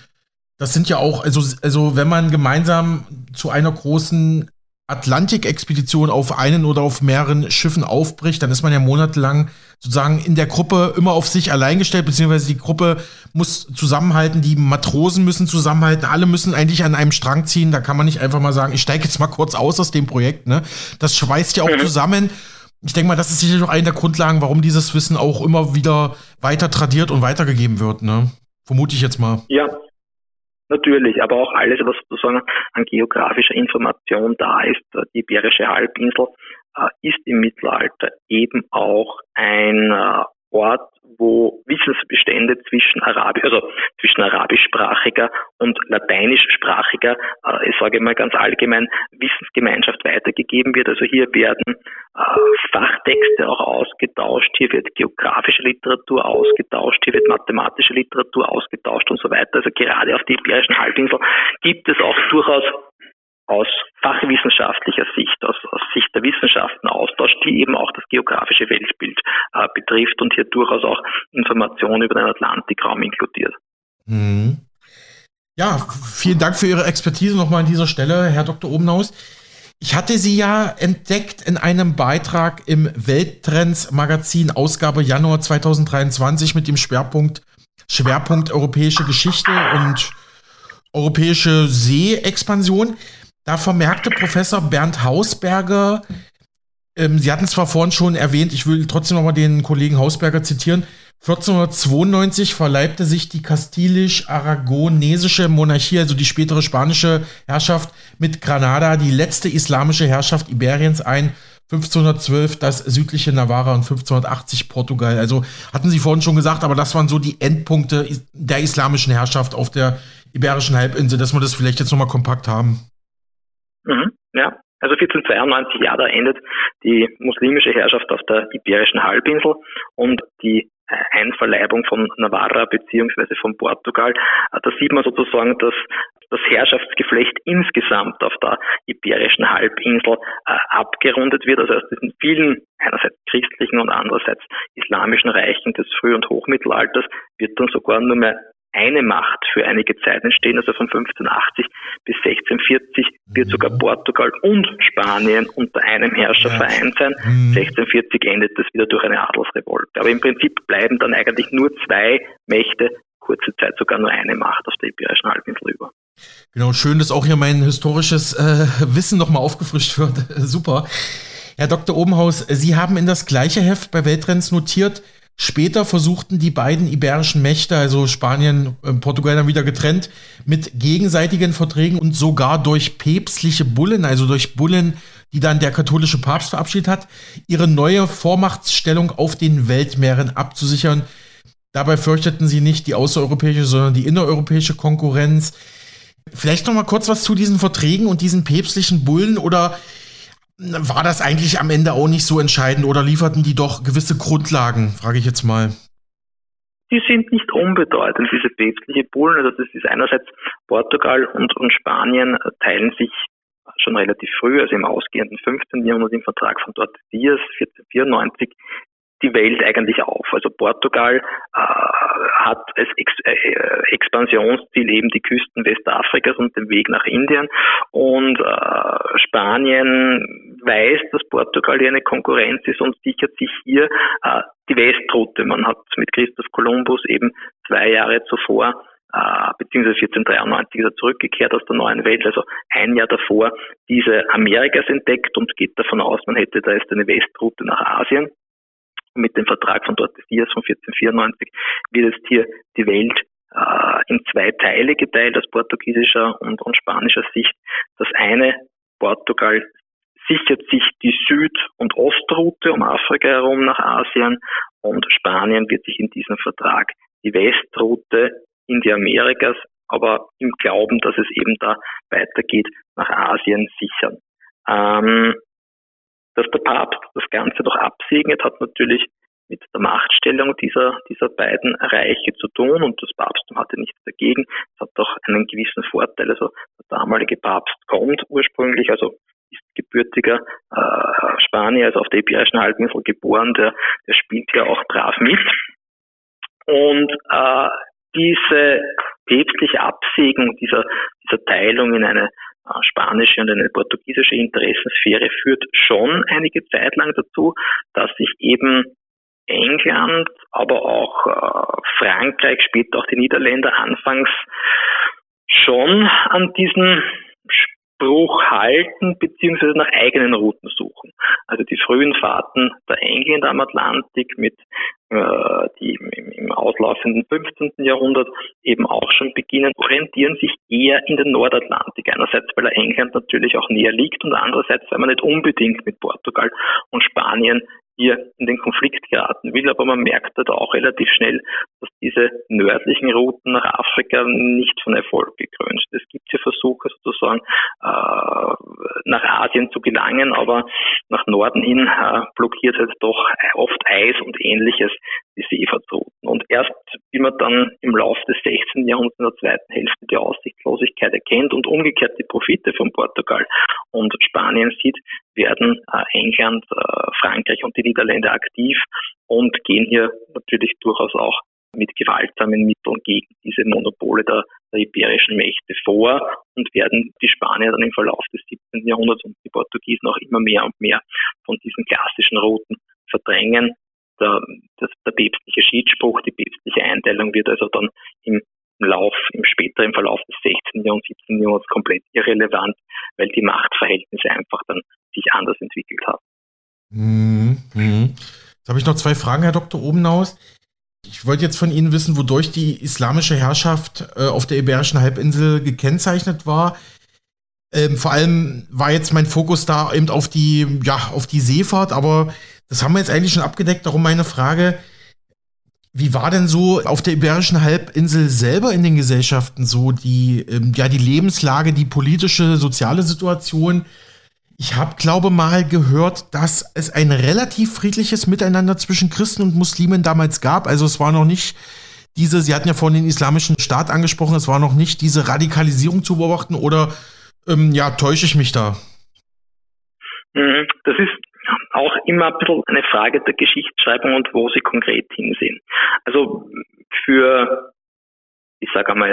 also wenn man gemeinsam zu einer großen Atlantikexpedition auf einen oder auf mehreren Schiffen aufbricht, dann ist man ja monatelang sozusagen in der Gruppe immer auf sich allein gestellt, beziehungsweise die Gruppe muss zusammenhalten, die Matrosen müssen zusammenhalten, alle müssen eigentlich an einem Strang ziehen, da kann man nicht einfach mal sagen, ich steige jetzt mal kurz aus dem Projekt, ne? Das schweißt ja auch zusammen. Ich denke mal, das ist sicherlich auch eine der Grundlagen, warum dieses Wissen auch immer wieder weiter tradiert und weitergegeben wird, ne? Vermute ich jetzt mal. Ja. Natürlich, aber auch alles, was sozusagen an geografischer Information da ist. Die Iberische Halbinsel ist im Mittelalter eben auch ein Ort, wo Wissensbestände zwischen arabischsprachiger und lateinischsprachiger, ich sage mal ganz allgemein, Wissensgemeinschaft weitergegeben wird. Also hier werden Fachtexte auch ausgetauscht, hier wird geografische Literatur ausgetauscht, hier wird mathematische Literatur ausgetauscht und so weiter. Also gerade auf der Iberischen Halbinsel gibt es auch durchaus aus fachwissenschaftlicher Sicht, aus Sicht der Wissenschaften Austausch, die eben auch das geografische Weltbild betrifft und hier durchaus auch Informationen über den Atlantikraum inkludiert. Ja, vielen Dank für Ihre Expertise nochmal an dieser Stelle, Herr Dr. Obenhaus. Ich hatte Sie ja entdeckt in einem Beitrag im Welttrends-Magazin, Ausgabe Januar 2023 mit dem Schwerpunkt Europäische Geschichte und europäische Seeexpansion. Da vermerkte Professor Bernd Hausberger, Sie hatten es zwar vorhin schon erwähnt, ich will trotzdem nochmal den Kollegen Hausberger zitieren, 1492 verleibte sich die kastilisch-aragonesische Monarchie, also die spätere spanische Herrschaft, mit Granada die letzte islamische Herrschaft Iberiens ein, 1512 das südliche Navarra und 1580 Portugal. Also hatten Sie vorhin schon gesagt, aber das waren so die Endpunkte der islamischen Herrschaft auf der Iberischen Halbinsel, dass wir das vielleicht jetzt nochmal kompakt haben. Ja, Also 1492, da endet die muslimische Herrschaft auf der Iberischen Halbinsel und die Einverleibung von Navarra beziehungsweise von Portugal. Da sieht man sozusagen, dass das Herrschaftsgeflecht insgesamt auf der Iberischen Halbinsel abgerundet wird. Also aus diesen vielen, einerseits christlichen und andererseits islamischen Reichen des Früh- und Hochmittelalters wird dann sogar nur mehr eine Macht für einige Zeit entstehen, also von 1580 bis 1640 wird sogar Portugal und Spanien unter einem Herrscher vereint sein. 1640 endet das wieder durch eine Adelsrevolte. Aber im Prinzip bleiben dann eigentlich nur zwei Mächte, kurze Zeit sogar nur eine Macht auf der Iberischen Halbinsel über. Genau, schön, dass auch hier mein historisches Wissen nochmal aufgefrischt wird. Super. Herr Dr. Obenhaus, Sie haben in das gleiche Heft bei Welttrends notiert, später versuchten die beiden iberischen Mächte, also Spanien und Portugal, dann wieder getrennt, mit gegenseitigen Verträgen und sogar durch päpstliche Bullen, also durch Bullen, die dann der katholische Papst verabschiedet hat, ihre neue Vormachtstellung auf den Weltmeeren abzusichern. Dabei fürchteten sie nicht die außereuropäische, sondern die innereuropäische Konkurrenz. Vielleicht noch mal kurz was zu diesen Verträgen und diesen päpstlichen Bullen, oder war das eigentlich am Ende auch nicht so entscheidend oder lieferten die doch gewisse Grundlagen, frage ich jetzt mal? Die sind nicht unbedeutend, diese päpstliche Bullen. Also das ist einerseits Portugal und Spanien teilen sich schon relativ früh, also im ausgehenden 15. Jahrhundert im Vertrag von Tordesillas 1494, die Welt eigentlich auf. Also Portugal hat als Expansionsziel eben die Küsten Westafrikas und den Weg nach Indien, und Spanien weiß, dass Portugal hier eine Konkurrenz ist und sichert sich hier die Westroute. Man hat mit Christoph Kolumbus eben 2 Jahre zuvor beziehungsweise 1493 ist er zurückgekehrt aus der neuen Welt, also ein Jahr davor diese Amerikas entdeckt und geht davon aus, man hätte da jetzt eine Westroute nach Asien. Mit dem Vertrag von Tordesillas von 1494 wird jetzt hier die Welt in 2 Teile geteilt, aus portugiesischer und spanischer Sicht. Das eine, Portugal sichert sich die Süd- und Ostroute um Afrika herum nach Asien, und Spanien wird sich in diesem Vertrag die Westroute in die Amerikas, aber im Glauben, dass es eben da weitergeht, nach Asien sichern. Dass der Papst das Ganze doch absegnet, hat natürlich mit der Machtstellung dieser beiden Reiche zu tun, und das Papsttum hatte nichts dagegen. Es hat doch einen gewissen Vorteil. Also der damalige Papst kommt ursprünglich, also ist gebürtiger Spanier, also auf der Iberischen Halbinsel geboren, der spielt ja auch brav mit. Und diese päpstliche Absegnung dieser Teilung in eine spanische und eine portugiesische Interessensphäre führt schon einige Zeit lang dazu, dass sich eben England, aber auch Frankreich, später auch die Niederländer anfangs schon an diesen Spruch halten beziehungsweise nach eigenen Routen suchen. Also die frühen Fahrten der Engländer am Atlantik mit die im auslaufenden 15. Jahrhundert eben auch schon beginnen, orientieren sich eher in den Nordatlantik. Einerseits, weil er England natürlich auch näher liegt, und andererseits, weil man nicht unbedingt mit Portugal und Spanien hier in den Konflikt geraten will, aber man merkt da auch relativ schnell, dass diese nördlichen Routen nach Afrika nicht von Erfolg gekrönt sind. Es gibt hier Versuche sozusagen nach Asien zu gelangen, aber nach Norden hin blockiert halt doch oft Eis und Ähnliches die Seefahrtsrouten. Und erst wie man dann im Laufe des 16. Jahrhunderts in der zweiten Hälfte die Aussichtslosigkeit erkennt und umgekehrt die Profite von Portugal und Spanien sieht, werden England, Frankreich und die Niederländer aktiv und gehen hier natürlich durchaus auch mit gewaltsamen Mitteln gegen diese Monopole der iberischen Mächte vor und werden die Spanier dann im Verlauf des 17. Jahrhunderts und die Portugiesen auch immer mehr und mehr von diesen klassischen Routen verdrängen. Der päpstliche Schiedsspruch, die päpstliche Einteilung wird also dann im Verlauf des 16. und 17. Jahrhunderts komplett irrelevant, weil die Machtverhältnisse einfach dann sich anders entwickelt haben. Jetzt habe ich noch 2 Fragen, Herr Dr. Obenhaus. Ich wollte jetzt von Ihnen wissen, wodurch die islamische Herrschaft auf der Iberischen Halbinsel gekennzeichnet war. Vor allem war jetzt mein Fokus da eben auf die Seefahrt, aber das haben wir jetzt eigentlich schon abgedeckt. Darum meine Frage, wie war denn so auf der Iberischen Halbinsel selber in den Gesellschaften so die Lebenslage, die politische, soziale Situation? Ich habe, glaube mal gehört, dass es ein relativ friedliches Miteinander zwischen Christen und Muslimen damals gab. Also es war noch nicht Sie hatten ja vorhin den Islamischen Staat angesprochen, es war noch nicht diese Radikalisierung zu beobachten oder täusche ich mich da? Das ist auch immer ein bisschen eine Frage der Geschichtsschreibung und wo Sie konkret hinsehen. Also für, ich sage einmal,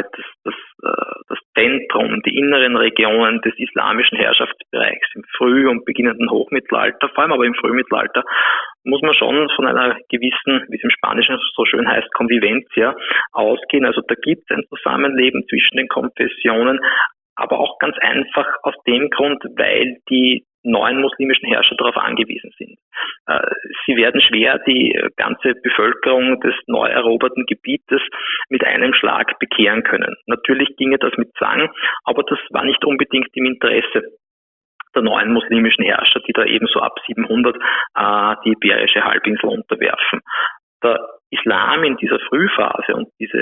das Zentrum, die inneren Regionen des islamischen Herrschaftsbereichs im Früh- und beginnenden Hochmittelalter, vor allem aber im Frühmittelalter, muss man schon von einer gewissen, wie es im Spanischen so schön heißt, Convivencia ausgehen. Also da gibt es ein Zusammenleben zwischen den Konfessionen, aber auch ganz einfach aus dem Grund, weil die neuen muslimischen Herrscher darauf angewiesen sind. Sie werden schwer die ganze Bevölkerung des neu eroberten Gebietes mit einem Schlag bekehren können. Natürlich ginge das mit Zwang, aber das war nicht unbedingt im Interesse der neuen muslimischen Herrscher, die da ebenso ab 700 die Iberische Halbinsel unterwerfen. Der Islam in dieser Frühphase und diese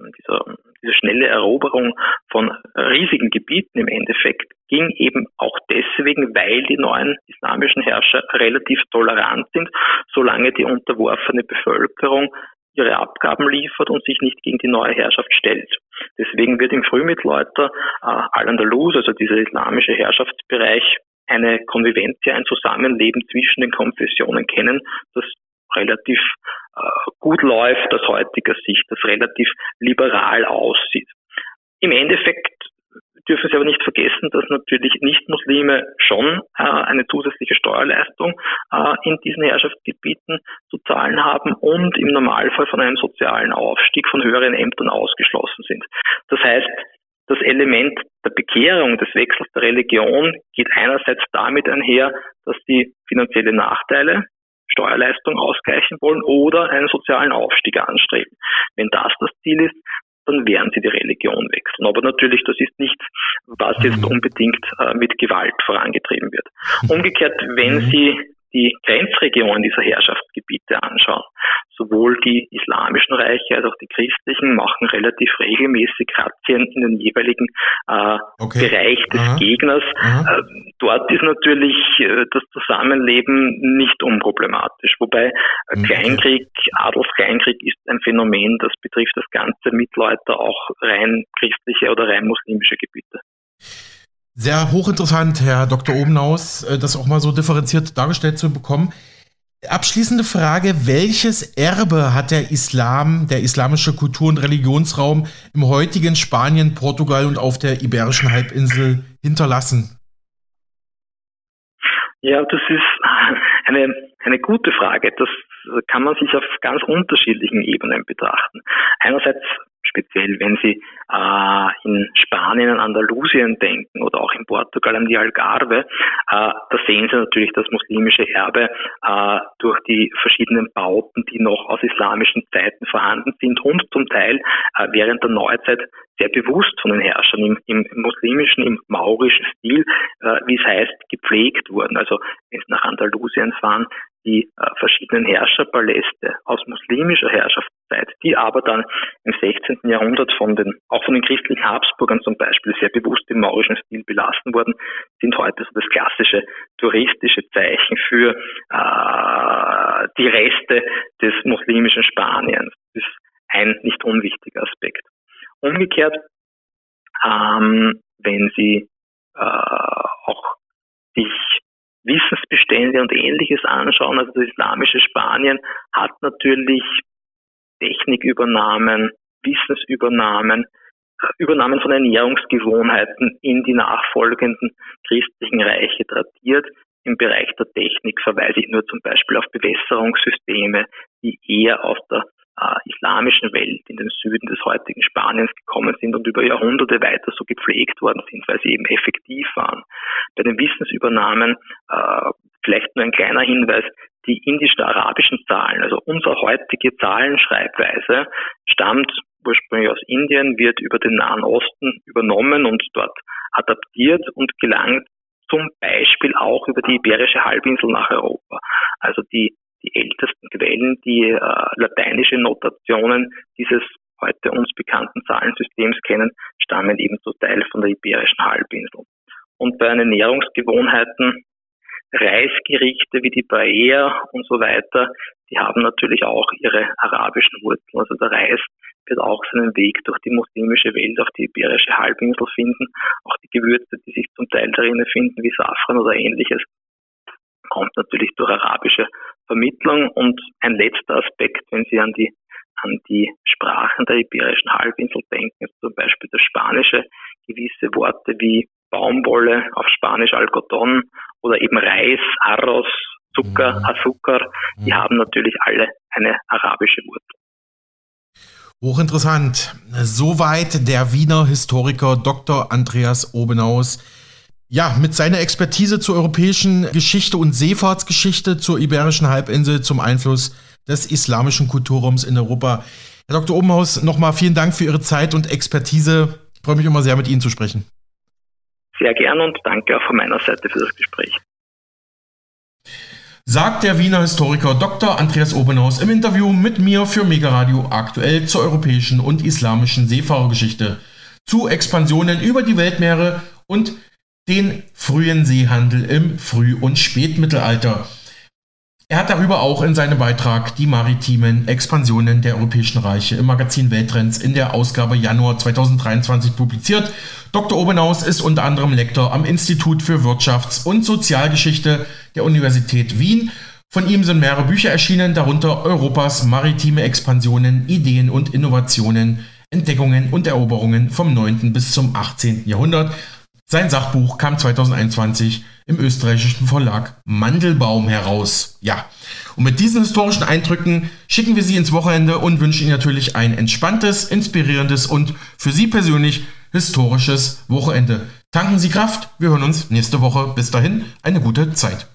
schnelle Eroberung von riesigen Gebieten im Endeffekt ging eben auch deswegen, weil die neuen islamischen Herrscher relativ tolerant sind, solange die unterworfene Bevölkerung ihre Abgaben liefert und sich nicht gegen die neue Herrschaft stellt. Deswegen wird im Frühmittelalter Al-Andalus, also dieser islamische Herrschaftsbereich, eine Konvivencia, ein Zusammenleben zwischen den Konfessionen kennen, das relativ gut läuft aus heutiger Sicht, das relativ liberal aussieht. Im Endeffekt dürfen Sie aber nicht vergessen, dass natürlich Nicht-Muslime schon eine zusätzliche Steuerleistung in diesen Herrschaftsgebieten zu zahlen haben und im Normalfall von einem sozialen Aufstieg von höheren Ämtern ausgeschlossen sind. Das heißt, das Element der Bekehrung, des Wechsels der Religion geht einerseits damit einher, dass sie finanzielle Nachteile, Steuerleistung ausgleichen wollen oder einen sozialen Aufstieg anstreben. Wenn das Ziel ist, dann werden sie die Religion wechseln. Aber natürlich, das ist nichts, was jetzt unbedingt mit Gewalt vorangetrieben wird. Umgekehrt, wenn Sie die Grenzregionen dieser Herrschaftsgebiete anschauen, sowohl die islamischen Reiche als auch die christlichen machen relativ regelmäßig Razzien in den jeweiligen Bereich des Gegners. Dort ist natürlich das Zusammenleben nicht unproblematisch. Wobei Kleinkrieg, Adelskleinkrieg ist ein Phänomen, das betrifft das ganze Mittelalter, auch rein christliche oder rein muslimische Gebiete. Sehr hochinteressant, Herr Dr. Obenhaus, das auch mal so differenziert dargestellt zu bekommen. Abschließende Frage, welches Erbe hat der Islam, der islamische Kultur- und Religionsraum im heutigen Spanien, Portugal und auf der Iberischen Halbinsel hinterlassen? Ja, das ist eine gute Frage. Das kann man sich auf ganz unterschiedlichen Ebenen betrachten. Einerseits speziell, wenn Sie in Spanien an Andalusien denken oder auch in Portugal an die Algarve, da sehen Sie natürlich das muslimische Erbe durch die verschiedenen Bauten, die noch aus islamischen Zeiten vorhanden sind und zum Teil während der Neuzeit sehr bewusst von den Herrschern im muslimischen, im maurischen Stil, wie es heißt, gepflegt wurden. Also wenn Sie nach Andalusien fahren, die verschiedenen Herrscherpaläste aus muslimischer Herrschaftszeit, die aber dann im 16. Jahrhundert auch von den christlichen Habsburgern zum Beispiel sehr bewusst im maurischen Stil belassen wurden, sind heute so das klassische touristische Zeichen für die Reste des muslimischen Spaniens. Das ist ein nicht unwichtiger Aspekt. Umgekehrt, wenn Sie auch sich Wissensbestände und Ähnliches anschauen, also das islamische Spanien hat natürlich Technikübernahmen, Wissensübernahmen, Übernahmen von Ernährungsgewohnheiten in die nachfolgenden christlichen Reiche tradiert. Im Bereich der Technik verweise ich nur zum Beispiel auf Bewässerungssysteme, die eher aus der islamischen Welt in den Süden des heutigen Spaniens gekommen sind und über Jahrhunderte weiter so gepflegt worden sind, weil sie eben effektiv waren. Bei den Wissensübernahmen vielleicht nur ein kleiner Hinweis, die indisch-arabischen Zahlen, also unsere heutige Zahlenschreibweise stammt ursprünglich aus Indien, wird über den Nahen Osten übernommen und dort adaptiert und gelangt zum Beispiel auch über die Iberische Halbinsel nach Europa. Also die ältesten Quellen, die lateinische Notationen dieses heute uns bekannten Zahlensystems kennen, stammen eben zum Teil von der Iberischen Halbinsel. Und bei Ernährungsgewohnheiten Reisgerichte wie die Paella und so weiter, die haben natürlich auch ihre arabischen Wurzeln. Also der Reis wird auch seinen Weg durch die muslimische Welt auf die Iberische Halbinsel finden. Auch die Gewürze, die sich zum Teil darin finden, wie Safran oder ähnliches, kommt natürlich durch arabische Vermittlung. Und ein letzter Aspekt, wenn Sie an die Sprachen der Iberischen Halbinsel denken, ist zum Beispiel das Spanische, gewisse Worte wie Baumwolle, auf Spanisch Algodón, oder eben Reis, Arroz, Zucker, Azúcar, die haben natürlich alle eine arabische Wurzel. Hochinteressant. Soweit der Wiener Historiker Dr. Andreas Obenhaus. Ja, mit seiner Expertise zur europäischen Geschichte und Seefahrtsgeschichte zur Iberischen Halbinsel zum Einfluss des islamischen Kulturraums in Europa. Herr Dr. Obenhaus, nochmal vielen Dank für Ihre Zeit und Expertise. Ich freue mich immer sehr, mit Ihnen zu sprechen. Sehr gern und danke auch von meiner Seite für das Gespräch. Sagt der Wiener Historiker Dr. Andreas Obenhaus im Interview mit mir für Mega Radio aktuell zur europäischen und islamischen Seefahrergeschichte, zu Expansionen über die Weltmeere und den frühen Seehandel im Früh- und Spätmittelalter. Er hat darüber auch in seinem Beitrag die maritimen Expansionen der europäischen Reiche im Magazin Welttrends in der Ausgabe Januar 2023 publiziert. Dr. Obenhaus ist unter anderem Lektor am Institut für Wirtschafts- und Sozialgeschichte der Universität Wien. Von ihm sind mehrere Bücher erschienen, darunter Europas maritime Expansionen, Ideen und Innovationen, Entdeckungen und Eroberungen vom 9. bis zum 18. Jahrhundert. Sein Sachbuch kam 2021 im österreichischen Verlag Mandelbaum heraus. Ja, und mit diesen historischen Eindrücken schicken wir Sie ins Wochenende und wünschen Ihnen natürlich ein entspanntes, inspirierendes und für Sie persönlich historisches Wochenende. Tanken Sie Kraft, wir hören uns nächste Woche. Bis dahin, eine gute Zeit.